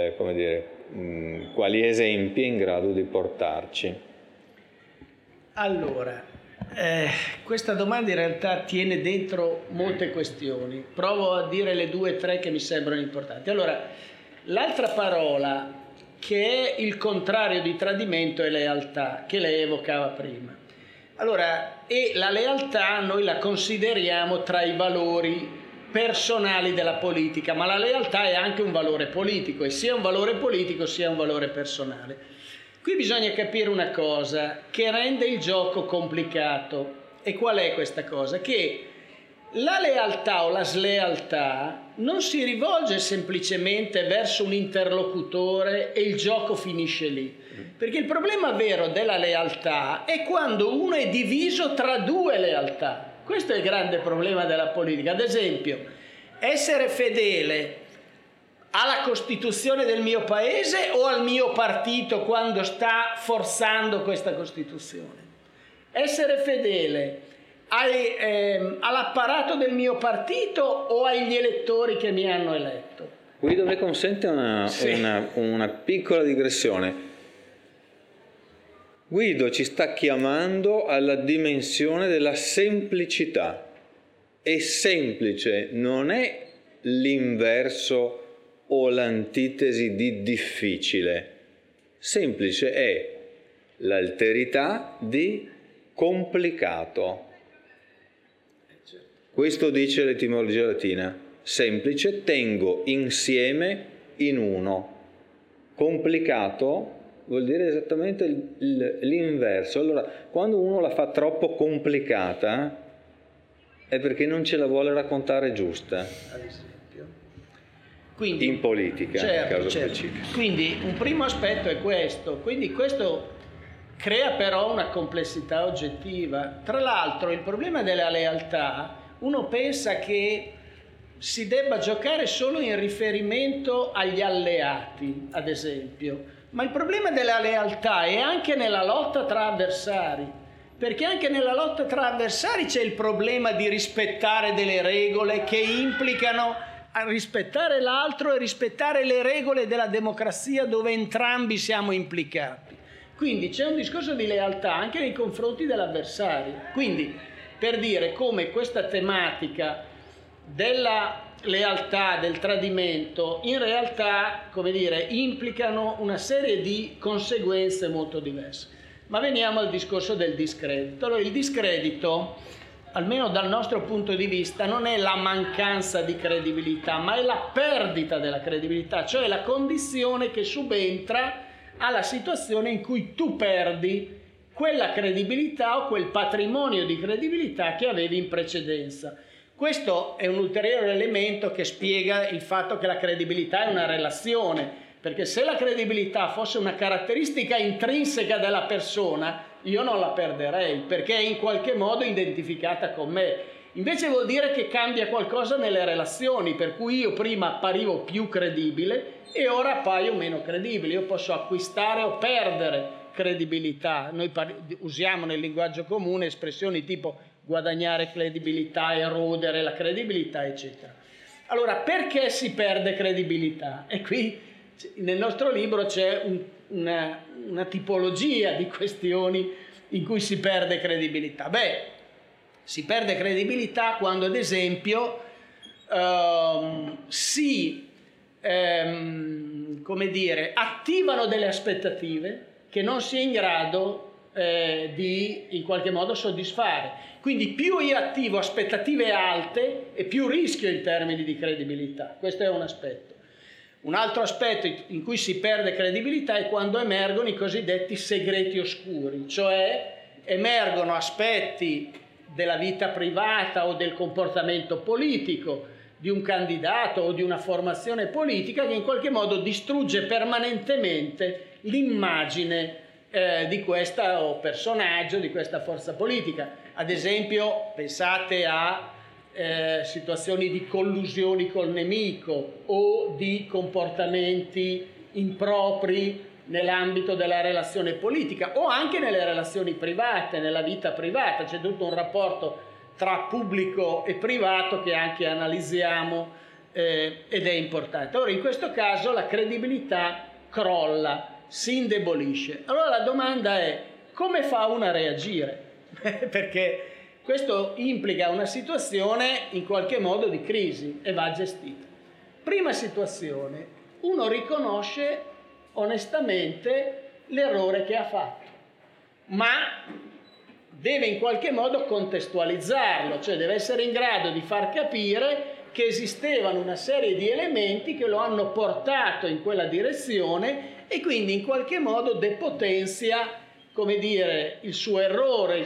esempi è in grado di portarci. Allora, questa domanda in realtà tiene dentro molte questioni. Provo a dire le 2 o 3 che mi sembrano importanti. Allora, l'altra parola che è il contrario di tradimento è lealtà, che lei evocava prima. Allora, e la lealtà noi la consideriamo tra i valori personali della politica, ma la lealtà è anche un valore politico, e sia un valore politico sia un valore personale. Qui bisogna capire una cosa che rende il gioco complicato. E qual è questa cosa? Che la lealtà o la slealtà non si rivolge semplicemente verso un interlocutore e il gioco finisce lì. Perché il problema vero della lealtà è quando uno è diviso tra 2 lealtà. Questo è il grande problema della politica. Ad esempio, essere fedele alla Costituzione del mio paese o al mio partito quando sta forzando questa Costituzione? Essere fedele all'apparato del mio partito o agli elettori che mi hanno eletto? Guido, mi consente una piccola digressione. Guido ci sta chiamando alla dimensione della semplicità, e semplice non è l'inverso o l'antitesi di difficile. Semplice è l'alterità di complicato. Questo dice l'etimologia latina. Semplice, tengo insieme in uno. Complicato vuol dire esattamente l'inverso. Allora, quando uno la fa troppo complicata è perché non ce la vuole raccontare giusta. Ad esempio. Quindi, in politica, certo, in caso certo. specifico. Quindi un primo aspetto è questo. Quindi questo crea però una complessità oggettiva. Tra l'altro il problema della lealtà, uno pensa che si debba giocare solo in riferimento agli alleati, ad esempio. Ma il problema della lealtà è anche nella lotta tra avversari, perché anche nella lotta tra avversari c'è il problema di rispettare delle regole che implicano a rispettare l'altro e rispettare le regole della democrazia dove entrambi siamo implicati. Quindi c'è un discorso di lealtà anche nei confronti dell'avversario. Quindi, per dire come questa tematica della lealtà, del tradimento, in realtà, come dire, implicano una serie di conseguenze molto diverse. Ma veniamo al discorso del discredito. Allora, il discredito, almeno dal nostro punto di vista, non è la mancanza di credibilità, ma è la perdita della credibilità, cioè la condizione che subentra alla situazione in cui tu perdi quella credibilità o quel patrimonio di credibilità che avevi in precedenza. Questo è un ulteriore elemento che spiega il fatto che la credibilità è una relazione, perché se la credibilità fosse una caratteristica intrinseca della persona, io non la perderei, perché è in qualche modo identificata con me. Invece vuol dire che cambia qualcosa nelle relazioni, per cui io prima apparivo più credibile e ora appaio meno credibile. Io posso acquistare o perdere credibilità. Noi usiamo nel linguaggio comune espressioni tipo guadagnare credibilità, erodere la credibilità, eccetera. Allora, perché si perde credibilità? E qui nel nostro libro c'è una tipologia di questioni in cui si perde credibilità. Beh, si perde credibilità quando, ad esempio, si come dire, attivano delle aspettative che non si è in grado di in qualche modo soddisfare. Quindi più io attivo aspettative alte e più rischio in termini di credibilità. Questo è un aspetto. Un altro aspetto in cui si perde credibilità è quando emergono i cosiddetti segreti oscuri, cioè emergono aspetti della vita privata o del comportamento politico di un candidato o di una formazione politica che in qualche modo distrugge permanentemente l'immagine di questo personaggio, di questa forza politica. Ad esempio, pensate a situazioni di collusioni col nemico o di comportamenti impropri nell'ambito della relazione politica o anche nelle relazioni private, nella vita privata. C'è tutto un rapporto tra pubblico e privato che anche analizziamo ed è importante. Ora, in questo caso la credibilità crolla, si indebolisce. Allora la domanda è: come fa uno a reagire? Perché questo implica una situazione in qualche modo di crisi e va gestita. Prima situazione, uno riconosce onestamente l'errore che ha fatto, ma deve in qualche modo contestualizzarlo, cioè deve essere in grado di far capire che esistevano una serie di elementi che lo hanno portato in quella direzione e quindi in qualche modo depotenzia, come dire, il suo errore,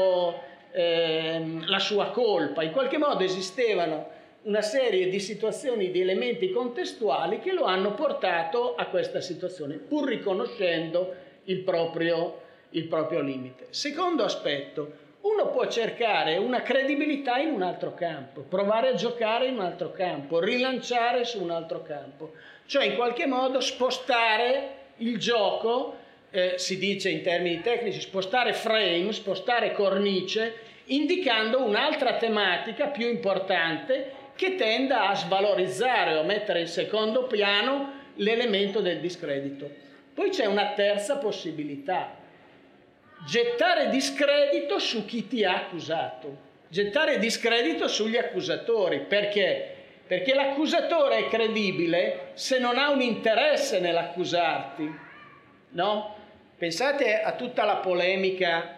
la sua colpa. In qualche modo esistevano una serie di situazioni, di elementi contestuali che lo hanno portato a questa situazione, pur riconoscendo il proprio limite. Secondo aspetto, uno può cercare una credibilità in un altro campo, provare a giocare in un altro campo, rilanciare su un altro campo, cioè in qualche modo spostare il gioco, si dice in termini tecnici, spostare frame, spostare cornice, indicando un'altra tematica più importante che tenda a svalorizzare o a mettere in secondo piano l'elemento del discredito. Poi c'è una terza possibilità: gettare discredito su chi ti ha accusato, gettare discredito sugli accusatori. Perché? Perché l'accusatore è credibile se non ha un interesse nell'accusarti, no? Pensate a tutta la polemica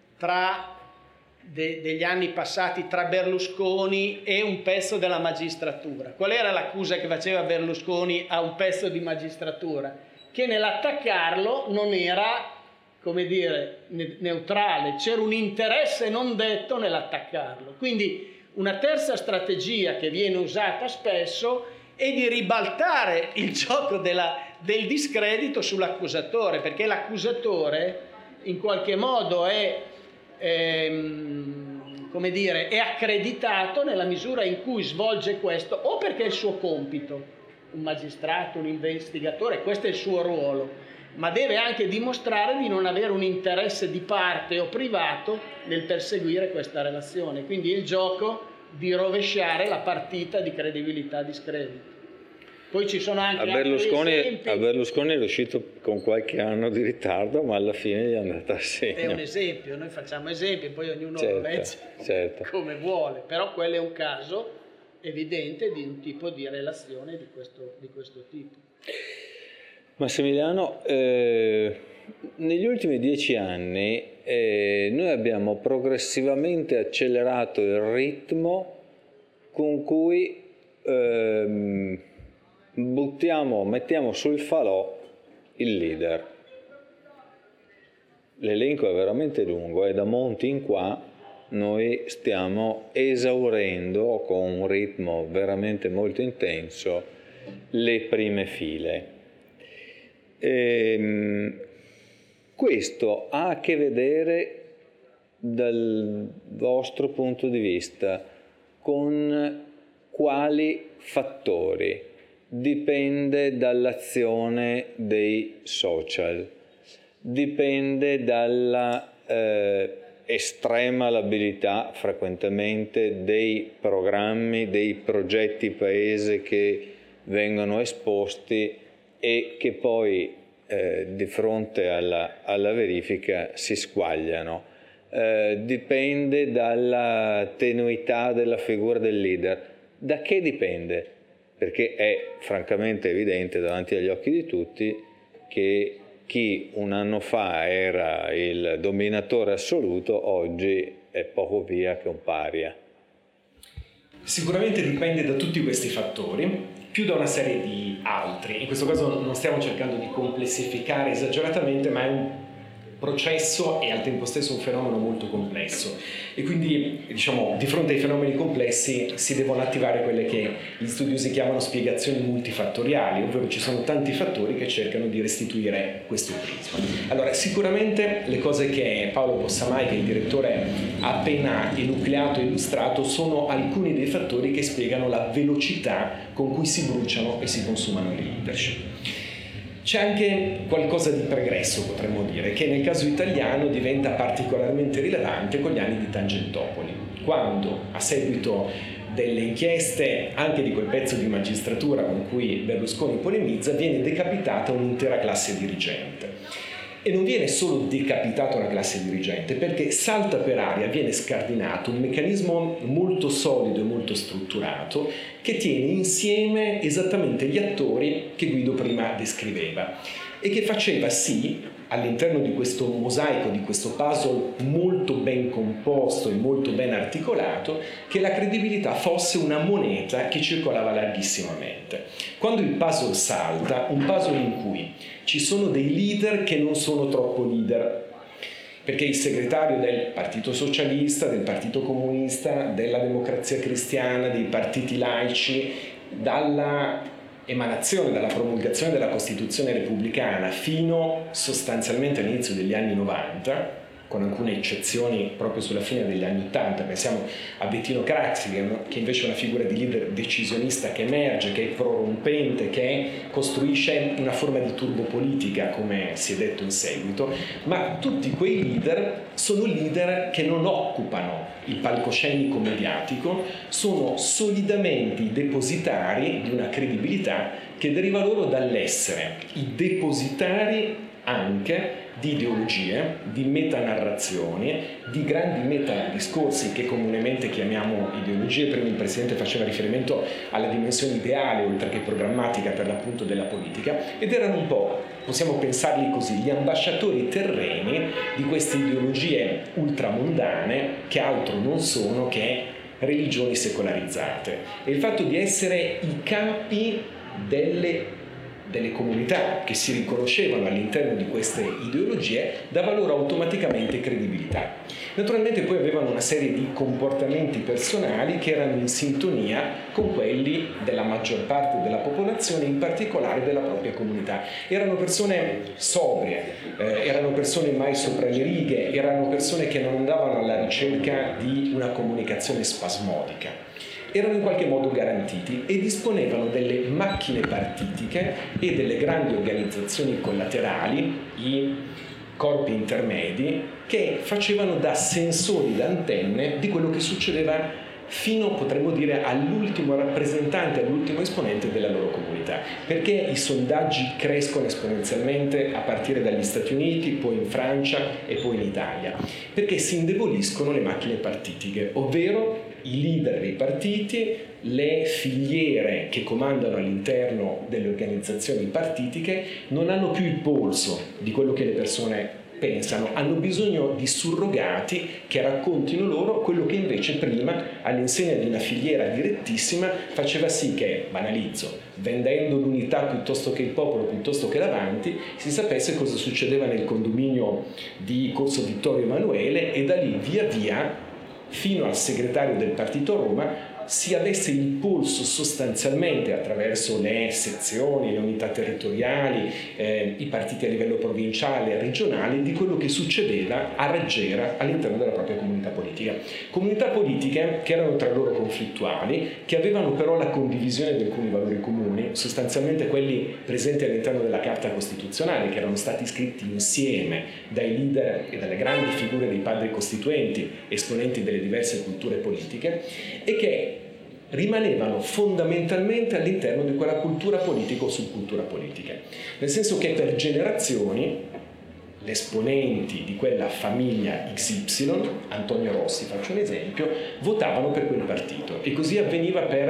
degli anni passati tra Berlusconi e un pezzo della magistratura. Qual era l'accusa che faceva Berlusconi a un pezzo di magistratura? Che nell'attaccarlo non era, come dire, neutrale, c'era un interesse non detto nell'attaccarlo. Quindi una terza strategia che viene usata spesso è di ribaltare il gioco del discredito sull'accusatore, perché l'accusatore in qualche modo è accreditato nella misura in cui svolge questo, o perché è il suo compito, un magistrato, un investigatore, questo è il suo ruolo, ma deve anche dimostrare di non avere un interesse di parte o privato nel perseguire questa relazione. Quindi è il gioco di rovesciare la partita di credibilità-discredito. Poi ci sono anche altri esempi. A Berlusconi è riuscito con qualche anno di ritardo, ma alla fine gli è andata a segno. È un esempio, noi facciamo esempi, poi ognuno lo legge come vuole, però quello è un caso evidente di un tipo di relazione di questo tipo. Massimiliano, negli ultimi 10 anni noi abbiamo progressivamente accelerato il ritmo con cui mettiamo sul falò il leader. L'elenco è veramente lungo e da Monti in qua noi stiamo esaurendo con un ritmo veramente molto intenso le prime file. Questo ha a che vedere dal vostro punto di vista con quali fattori? Dipende dall'azione dei social, dipende dalla estrema labilità frequentemente dei programmi, dei progetti paese che vengono esposti e che poi di fronte alla verifica si squagliano. Dipende dalla tenuità della figura del leader. Da che dipende? perché è francamente evidente davanti agli occhi di tutti che chi un anno fa era il dominatore assoluto oggi è poco via che un paria. Sicuramente dipende da tutti questi fattori, più da una serie di altri. In questo caso non stiamo cercando di complessificare esageratamente, ma è un processo e al tempo stesso un fenomeno molto complesso, e quindi diciamo di fronte ai fenomeni complessi si devono attivare quelle che gli studiosi chiamano spiegazioni multifattoriali, ovvero ci sono tanti fattori che cercano di restituire questo prisma. Allora, sicuramente le cose che Paolo Possamai, che il direttore ha appena enucleato e illustrato, sono alcuni dei fattori che spiegano la velocità con cui si bruciano e si consumano le leadership. C'è anche qualcosa di pregresso, potremmo dire, che nel caso italiano diventa particolarmente rilevante con gli anni di Tangentopoli, quando, a seguito delle inchieste anche di quel pezzo di magistratura con cui Berlusconi polemizza, viene decapitata un'intera classe dirigente. E non viene solo decapitata una classe dirigente, perché salta per aria, viene scardinato un meccanismo molto solido e molto strutturato che tiene insieme esattamente gli attori che Guido prima descriveva e che faceva sì, all'interno di questo mosaico, di questo puzzle molto ben composto e molto ben articolato, che la credibilità fosse una moneta che circolava larghissimamente. Quando il puzzle salta, un puzzle in cui ci sono dei leader che non sono troppo leader, perché il segretario del Partito Socialista, del Partito Comunista, della Democrazia Cristiana, dei partiti laici, dalla emanazione, dalla promulgazione della Costituzione repubblicana fino sostanzialmente all'inizio degli anni 90, con alcune eccezioni proprio sulla fine degli anni 80, pensiamo a Bettino Craxi, che invece è una figura di leader decisionista che emerge, che è prorompente, che costruisce una forma di turbopolitica, come si è detto in seguito, ma tutti quei leader sono leader che non occupano il palcoscenico mediatico, sono solidamente i depositari di una credibilità che deriva loro dall'essere i depositari anche di ideologie, di metanarrazioni, di grandi metadiscorsi che comunemente chiamiamo ideologie. Prima il Presidente faceva riferimento alla dimensione ideale oltre che programmatica per l'appunto della politica, ed erano un po', possiamo pensarli così, gli ambasciatori terreni di queste ideologie ultramondane che altro non sono che religioni secolarizzate. E il fatto di essere i capi delle comunità che si riconoscevano all'interno di queste ideologie dava loro automaticamente credibilità. Naturalmente poi avevano una serie di comportamenti personali che erano in sintonia con quelli della maggior parte della popolazione, in particolare della propria comunità. Erano persone sobrie, erano persone mai sopra le righe, erano persone che non andavano alla ricerca di una comunicazione spasmodica. Erano in qualche modo garantiti e disponevano delle macchine partitiche e delle grandi organizzazioni collaterali, i corpi intermedi, che facevano da sensori, da antenne di quello che succedeva fino, potremmo dire, all'ultimo rappresentante, all'ultimo esponente della loro comunità. Perché i sondaggi crescono esponenzialmente a partire dagli Stati Uniti, poi in Francia e poi in Italia? Perché si indeboliscono le macchine partitiche, ovvero i leader dei partiti, le filiere che comandano all'interno delle organizzazioni partitiche non hanno più il polso di quello che le persone pensano, hanno bisogno di surrogati che raccontino loro quello che invece prima, all'insegna di una filiera direttissima, faceva sì che, banalizzo, vendendo l'unità piuttosto che il popolo, piuttosto che l'Avanti, si sapesse cosa succedeva nel condominio di Corso Vittorio Emanuele, e da lì via via fino al segretario del partito a Roma si avesse il polso sostanzialmente attraverso le sezioni, le unità territoriali, i partiti a livello provinciale e regionale, di quello che succedeva a raggiera all'interno della propria comunità politica. Comunità politiche che erano tra loro conflittuali, che avevano però la condivisione di alcuni valori comuni, sostanzialmente quelli presenti all'interno della Carta Costituzionale, che erano stati scritti insieme dai leader e dalle grandi figure dei padri costituenti, esponenti delle diverse culture politiche, e che rimanevano fondamentalmente all'interno di quella cultura politica o subcultura politica, nel senso che per generazioni le esponenti di quella famiglia XY, Antonio Rossi faccio un esempio, votavano per quel partito, e così avveniva per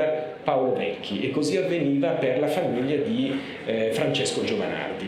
Paolo Vecchi, e così avveniva per la famiglia di Francesco Giovanardi.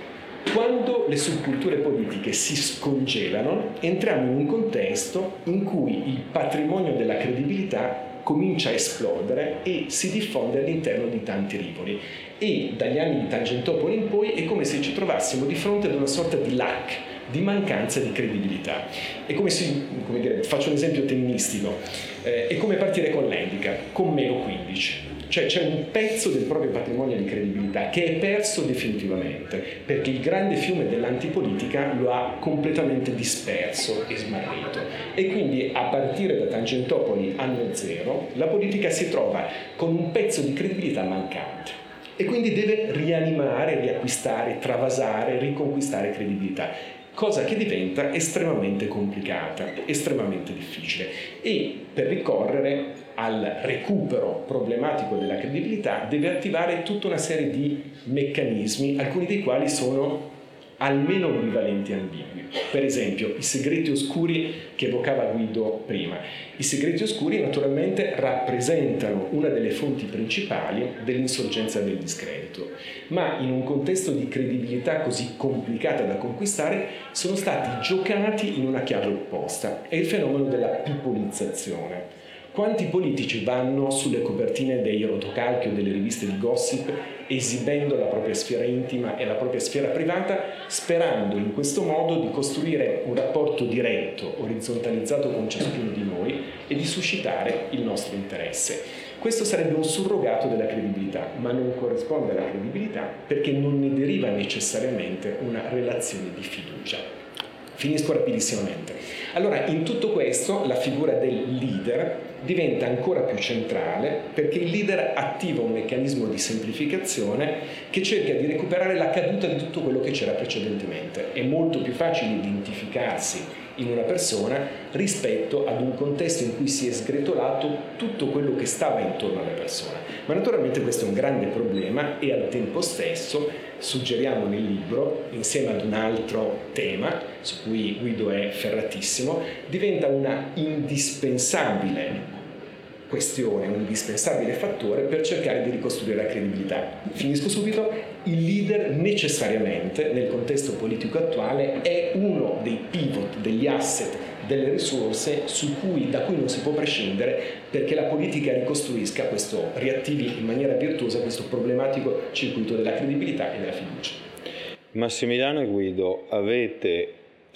Quando le subculture politiche si scongelano, entriamo in un contesto in cui il patrimonio della credibilità comincia a esplodere e si diffonde all'interno di tanti rivoli. E dagli anni di Tangentopoli in poi è come se ci trovassimo di fronte ad una sorta di lack, di mancanza di credibilità. È come faccio un esempio tennistico, è come partire con l'handicap, con meno 15. Cioè c'è un pezzo del proprio patrimonio di credibilità che è perso definitivamente, perché il grande fiume dell'antipolitica lo ha completamente disperso e smarrito. E quindi a partire da Tangentopoli anno zero, la politica si trova con un pezzo di credibilità mancante. E quindi deve rianimare, riacquistare, travasare, riconquistare credibilità. Cosa che diventa estremamente complicata, estremamente difficile. E per ricorrere al recupero problematico della credibilità deve attivare tutta una serie di meccanismi, alcuni dei quali sono almeno ambivalenti e ambigui. Per esempio, i segreti oscuri che evocava Guido prima. I segreti oscuri naturalmente rappresentano una delle fonti principali dell'insorgenza del discredito, ma in un contesto di credibilità così complicata da conquistare sono stati giocati in una chiave opposta. È il fenomeno della pipolizzazione. Quanti politici vanno sulle copertine dei rotocalchi o delle riviste di gossip esibendo la propria sfera intima e la propria sfera privata, sperando in questo modo di costruire un rapporto diretto, orizzontalizzato con ciascuno di noi e di suscitare il nostro interesse. Questo sarebbe un surrogato della credibilità, ma non corrisponde alla credibilità perché non ne deriva necessariamente una relazione di fiducia. Finisco rapidissimamente. Allora, in tutto questo, la figura del leader diventa ancora più centrale perché il leader attiva un meccanismo di semplificazione che cerca di recuperare la caduta di tutto quello che c'era precedentemente. È molto più facile identificarsi in una persona rispetto ad un contesto in cui si è sgretolato tutto quello che stava intorno alla persona. Ma naturalmente questo è un grande problema e al tempo stesso suggeriamo nel libro, insieme ad un altro tema su cui Guido è ferratissimo, diventa una indispensabile questione, un indispensabile fattore per cercare di ricostruire la credibilità. Finisco subito. Il leader necessariamente nel contesto politico attuale è uno dei pivot, degli asset, delle risorse da cui non si può prescindere perché la politica ricostruisca riattivi in maniera virtuosa questo problematico circuito della credibilità e della fiducia. Massimiliano e Guido, avete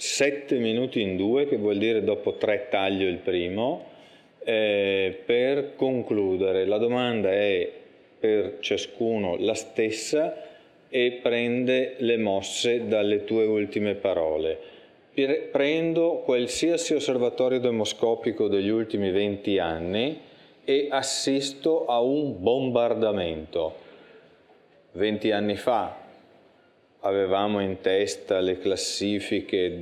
7 minuti in 2, che vuol dire dopo 3 taglio il primo. Per concludere, la domanda è per ciascuno la stessa e prende le mosse dalle tue ultime parole. Prendo qualsiasi osservatorio demoscopico degli ultimi 20 anni e assisto a un bombardamento. 20 anni fa avevamo in testa le classifiche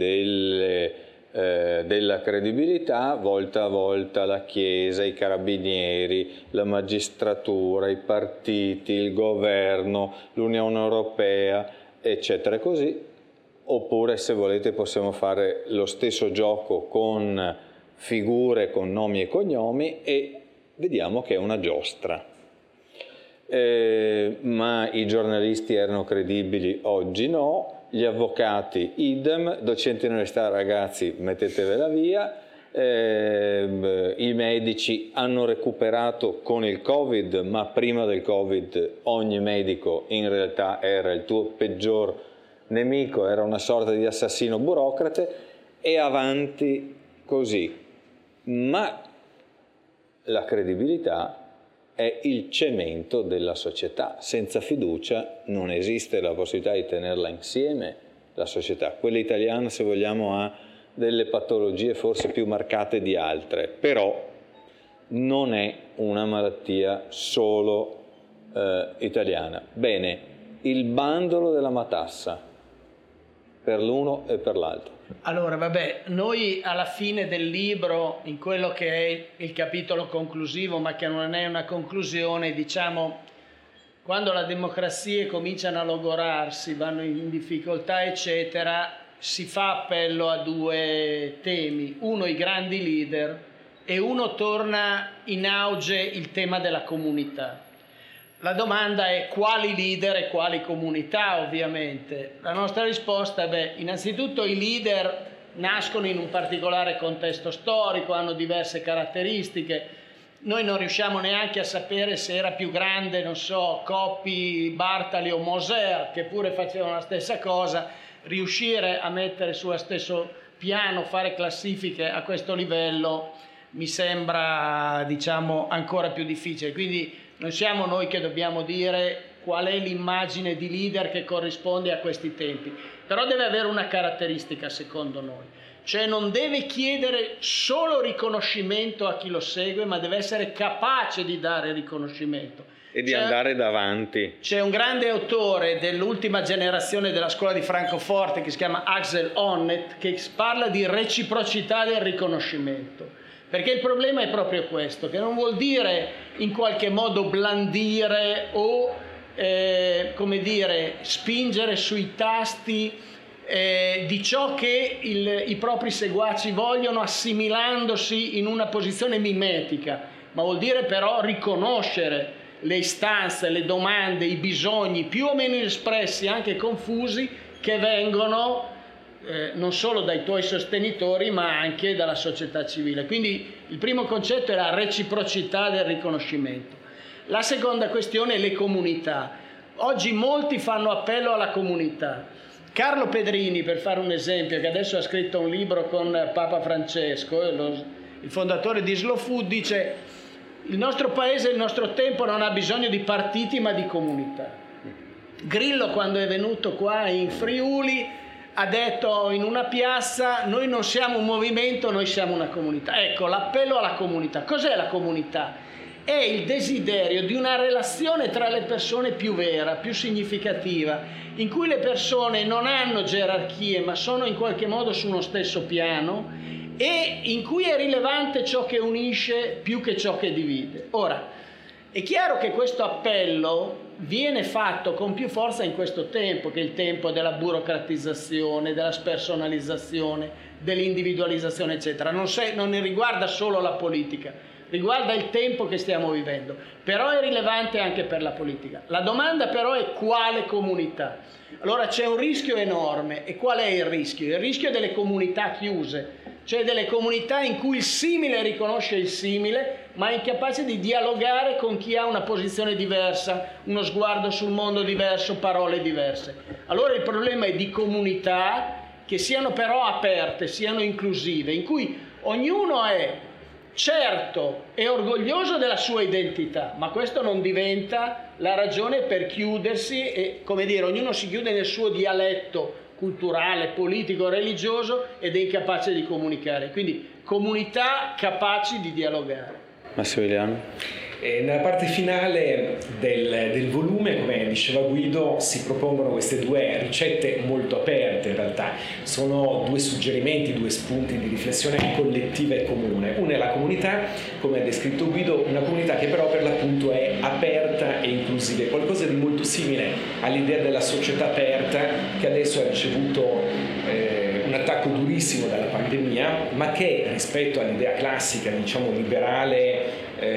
della credibilità, volta a volta la Chiesa, i carabinieri, la magistratura, i partiti, il governo, l'Unione Europea, eccetera così. Oppure, se volete, possiamo fare lo stesso gioco con figure, con nomi e cognomi e vediamo che è una giostra. Ma i giornalisti erano credibili, oggi no. Gli avvocati idem, docenti università, ragazzi mettetevela via, i medici hanno recuperato con il Covid, ma prima del Covid ogni medico in realtà era il tuo peggior nemico, era una sorta di assassino burocrate e avanti così. Ma la credibilità è il cemento della società. Senza fiducia non esiste la possibilità di tenerla insieme la società. Quella italiana, se vogliamo, ha delle patologie forse più marcate di altre, però non è una malattia solo italiana. Bene, il bandolo della matassa per l'uno e per l'altro. Allora, vabbè, noi alla fine del libro, in quello che è il capitolo conclusivo, ma che non è una conclusione, diciamo, quando le democrazie cominciano a logorarsi, vanno in difficoltà, eccetera, si fa appello a 2 temi. Uno, i grandi leader, e uno torna in auge il tema della comunità. La domanda è quali leader e quali comunità, ovviamente. La nostra risposta è, innanzitutto i leader nascono in un particolare contesto storico, hanno diverse caratteristiche. Noi non riusciamo neanche a sapere se era più grande, non so, Coppi, Bartali o Moser, che pure facevano la stessa cosa. Riuscire a mettere sullo stesso piano, fare classifiche a questo livello mi sembra, diciamo, ancora più difficile. Quindi non siamo noi che dobbiamo dire qual è l'immagine di leader che corrisponde a questi tempi, però deve avere una caratteristica secondo noi, cioè non deve chiedere solo riconoscimento a chi lo segue, ma deve essere capace di dare riconoscimento. E di andare davanti. C'è un grande autore dell'ultima generazione della scuola di Francoforte che si chiama Axel Honneth, che parla di reciprocità del riconoscimento. Perché il problema è proprio questo, che non vuol dire in qualche modo blandire o come dire, spingere sui tasti di ciò che i propri seguaci vogliono, assimilandosi in una posizione mimetica, ma vuol dire però riconoscere le istanze, le domande, i bisogni più o meno espressi, anche confusi, che vengono non solo dai tuoi sostenitori ma anche dalla società civile. Quindi il primo concetto è la reciprocità del riconoscimento. La seconda questione è le comunità. Oggi molti fanno appello alla comunità. Carlo Pedrini, per fare un esempio, che adesso ha scritto un libro con Papa Francesco, il fondatore di Slow Food, dice: il nostro paese, il nostro tempo non ha bisogno di partiti ma di comunità. Grillo, quando è venuto qua in Friuli, ha detto in una piazza: noi non siamo un movimento, noi siamo una comunità. Ecco, l'appello alla comunità. Cos'è la comunità? È il desiderio di una relazione tra le persone più vera, più significativa, in cui le persone non hanno gerarchie ma sono in qualche modo su uno stesso piano e in cui è rilevante ciò che unisce più che ciò che divide. Ora, è chiaro che questo appello viene fatto con più forza in questo tempo, che è il tempo della burocratizzazione, della spersonalizzazione, dell'individualizzazione, eccetera. Non ne riguarda solo la politica, riguarda il tempo che stiamo vivendo, però è rilevante anche per la politica. La domanda però è quale comunità? Allora c'è un rischio enorme. E qual è il rischio? Il rischio delle comunità chiuse, cioè delle comunità in cui il simile riconosce il simile, ma è incapace di dialogare con chi ha una posizione diversa, uno sguardo sul mondo diverso, parole diverse. Allora il problema è di comunità che siano però aperte, siano inclusive, in cui ognuno è certo e orgoglioso della sua identità, ma questo non diventa la ragione per chiudersi e, come dire, ognuno si chiude nel suo dialetto culturale, politico, religioso ed è incapace di comunicare. Quindi comunità capaci di dialogare. Massimiliano? Nella parte finale del volume, come diceva Guido, si propongono queste due ricette molto aperte in realtà. Sono due suggerimenti, due spunti di riflessione collettiva e comune. Una è la comunità, come ha descritto Guido, una comunità che però per l'appunto è aperta e inclusiva, è qualcosa di molto simile all'idea della società aperta che adesso ha ricevuto un attacco durissimo dalla pandemia, ma che rispetto all'idea classica, diciamo liberale,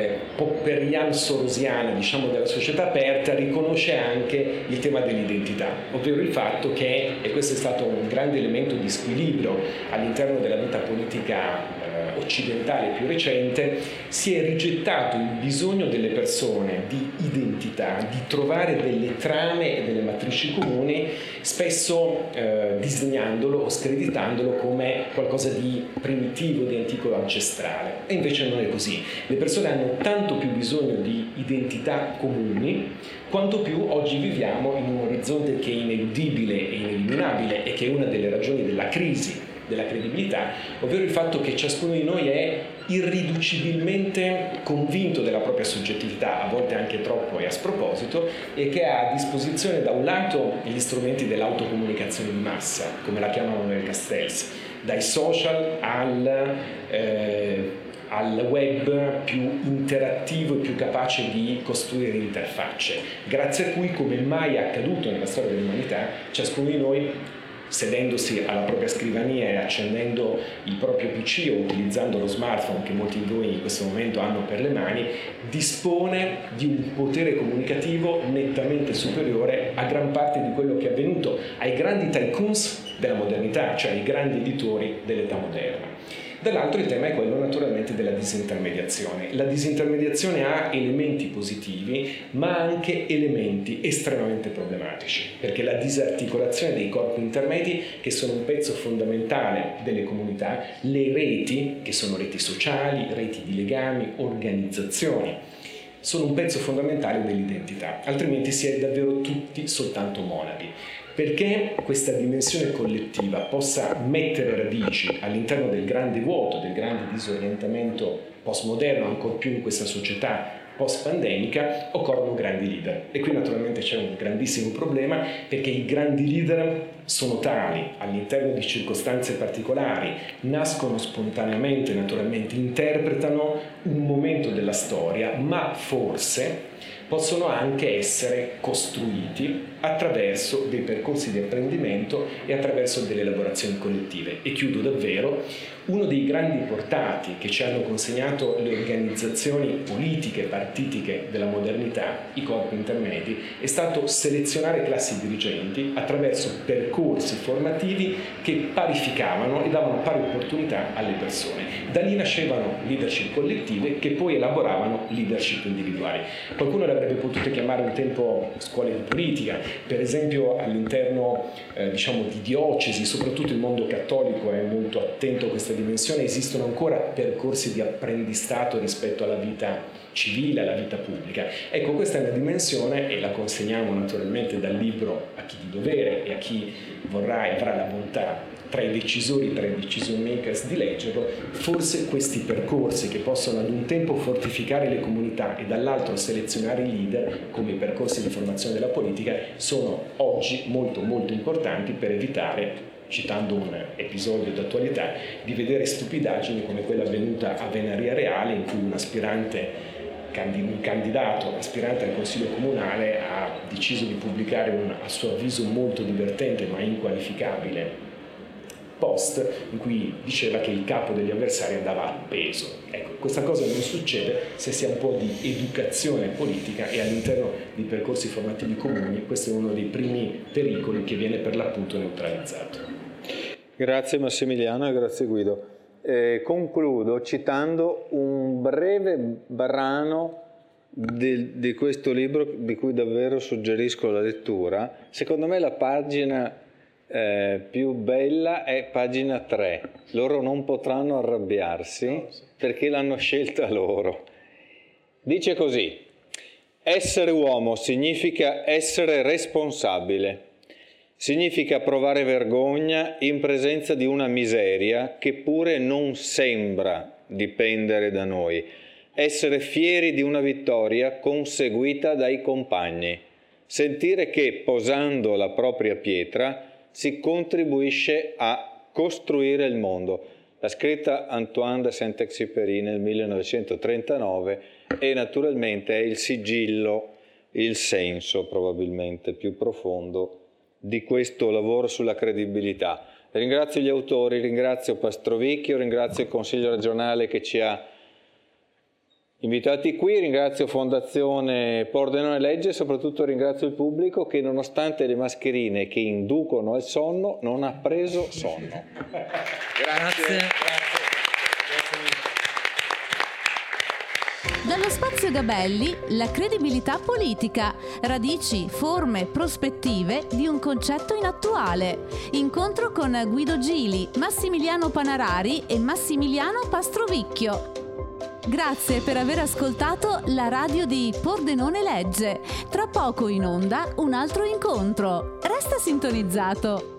popperian-sorosiana, diciamo, della società aperta, riconosce anche il tema dell'identità, ovvero il fatto che, e questo è stato un grande elemento di squilibrio all'interno della vita politica occidentale più recente, si è rigettato il bisogno delle persone di identità, di trovare delle trame e delle matrici comuni, spesso disegnandolo o screditandolo come qualcosa di primitivo, di antico, ancestrale. E invece non è così. Le persone hanno tanto più bisogno di identità comuni quanto più oggi viviamo in un orizzonte che è ineludibile e ineliminabile e che è una delle ragioni della crisi della credibilità, ovvero il fatto che ciascuno di noi è irriducibilmente convinto della propria soggettività, a volte anche troppo e a sproposito, e che ha a disposizione da un lato gli strumenti dell'autocomunicazione di massa, come la chiamano Manuel Castells, dai social al web più interattivo e più capace di costruire interfacce, grazie a cui, come mai è accaduto nella storia dell'umanità, ciascuno di noi sedendosi alla propria scrivania e accendendo il proprio PC o utilizzando lo smartphone che molti di voi in questo momento hanno per le mani, dispone di un potere comunicativo nettamente superiore a gran parte di quello che è avvenuto ai grandi tycoons della modernità, cioè ai grandi editori dell'età moderna. Dall'altro il tema è quello naturalmente della disintermediazione. La disintermediazione ha elementi positivi, ma anche elementi estremamente problematici, perché la disarticolazione dei corpi intermedi, che sono un pezzo fondamentale delle comunità, le reti, che sono reti sociali, reti di legami, organizzazioni, sono un pezzo fondamentale dell'identità, altrimenti si è davvero tutti soltanto monadi. Perché questa dimensione collettiva possa mettere radici all'interno del grande vuoto, del grande disorientamento postmoderno, ancor più in questa società post-pandemica, occorrono grandi leader. E qui naturalmente c'è un grandissimo problema, perché i grandi leader sono tali all'interno di circostanze particolari, nascono spontaneamente, naturalmente interpretano un momento della storia, ma forse possono anche essere costruiti attraverso dei percorsi di apprendimento e attraverso delle elaborazioni collettive. E chiudo davvero, uno dei grandi portati che ci hanno consegnato le organizzazioni politiche, partitiche della modernità, i corpi intermedi, è stato selezionare classi dirigenti attraverso percorsi formativi che parificavano e davano pari opportunità alle persone. Da lì nascevano leadership collettive che poi elaboravano leadership individuali. Qualcuno le avrebbe potuto chiamare un tempo scuole di politica, per esempio all'interno di diocesi, soprattutto il mondo cattolico è molto attento a questa dimensione, esistono ancora percorsi di apprendistato rispetto alla vita civile, alla vita pubblica. Ecco, questa è una dimensione, e la consegniamo naturalmente dal libro a chi di dovere e a chi vorrà e avrà la bontà tra i decisori, tra i decision makers di leggerlo. Forse questi percorsi che possono ad un tempo fortificare le comunità e dall'altro selezionare i leader come i percorsi di formazione della politica sono oggi molto molto importanti per evitare, citando un episodio d'attualità, di vedere stupidaggini come quella avvenuta a Venaria Reale, in cui un candidato aspirante al Consiglio Comunale ha deciso di pubblicare un, a suo avviso, molto divertente ma inqualificabile post in cui diceva che il capo degli avversari andava appeso. Ecco, questa cosa non succede se si ha un po' di educazione politica e all'interno di percorsi formativi comuni. Questo è uno dei primi pericoli che viene per l'appunto neutralizzato. Grazie Massimiliano e grazie Guido. Concludo citando un breve brano di questo libro di cui davvero suggerisco la lettura. Secondo me la pagina più bella è pagina 3. Loro non potranno arrabbiarsi perché l'hanno scelta loro. Dice così: essere uomo significa essere responsabile. Significa provare vergogna in presenza di una miseria che pure non sembra dipendere da noi. Essere fieri di una vittoria conseguita dai compagni. Sentire che, posando la propria pietra, si contribuisce a costruire il mondo. L'ha scritta Antoine de Saint-Exupéry nel 1939 e naturalmente è il sigillo, il senso probabilmente più profondo di questo lavoro sulla credibilità. Ringrazio gli autori, ringrazio Pastrovicchio, ringrazio il Consiglio regionale che ci ha invitati qui, ringrazio Fondazione Pordenone Legge e soprattutto ringrazio il pubblico che, nonostante le mascherine che inducono al sonno, non ha preso sonno. Grazie. Dallo Spazio Gabelli, la credibilità politica, radici, forme, prospettive di un concetto inattuale. Incontro con Guido Gili, Massimiliano Panarari e Massimiliano Pastrovicchio. Grazie per aver ascoltato la radio di Pordenone Legge. Tra poco in onda un altro incontro. Resta sintonizzato.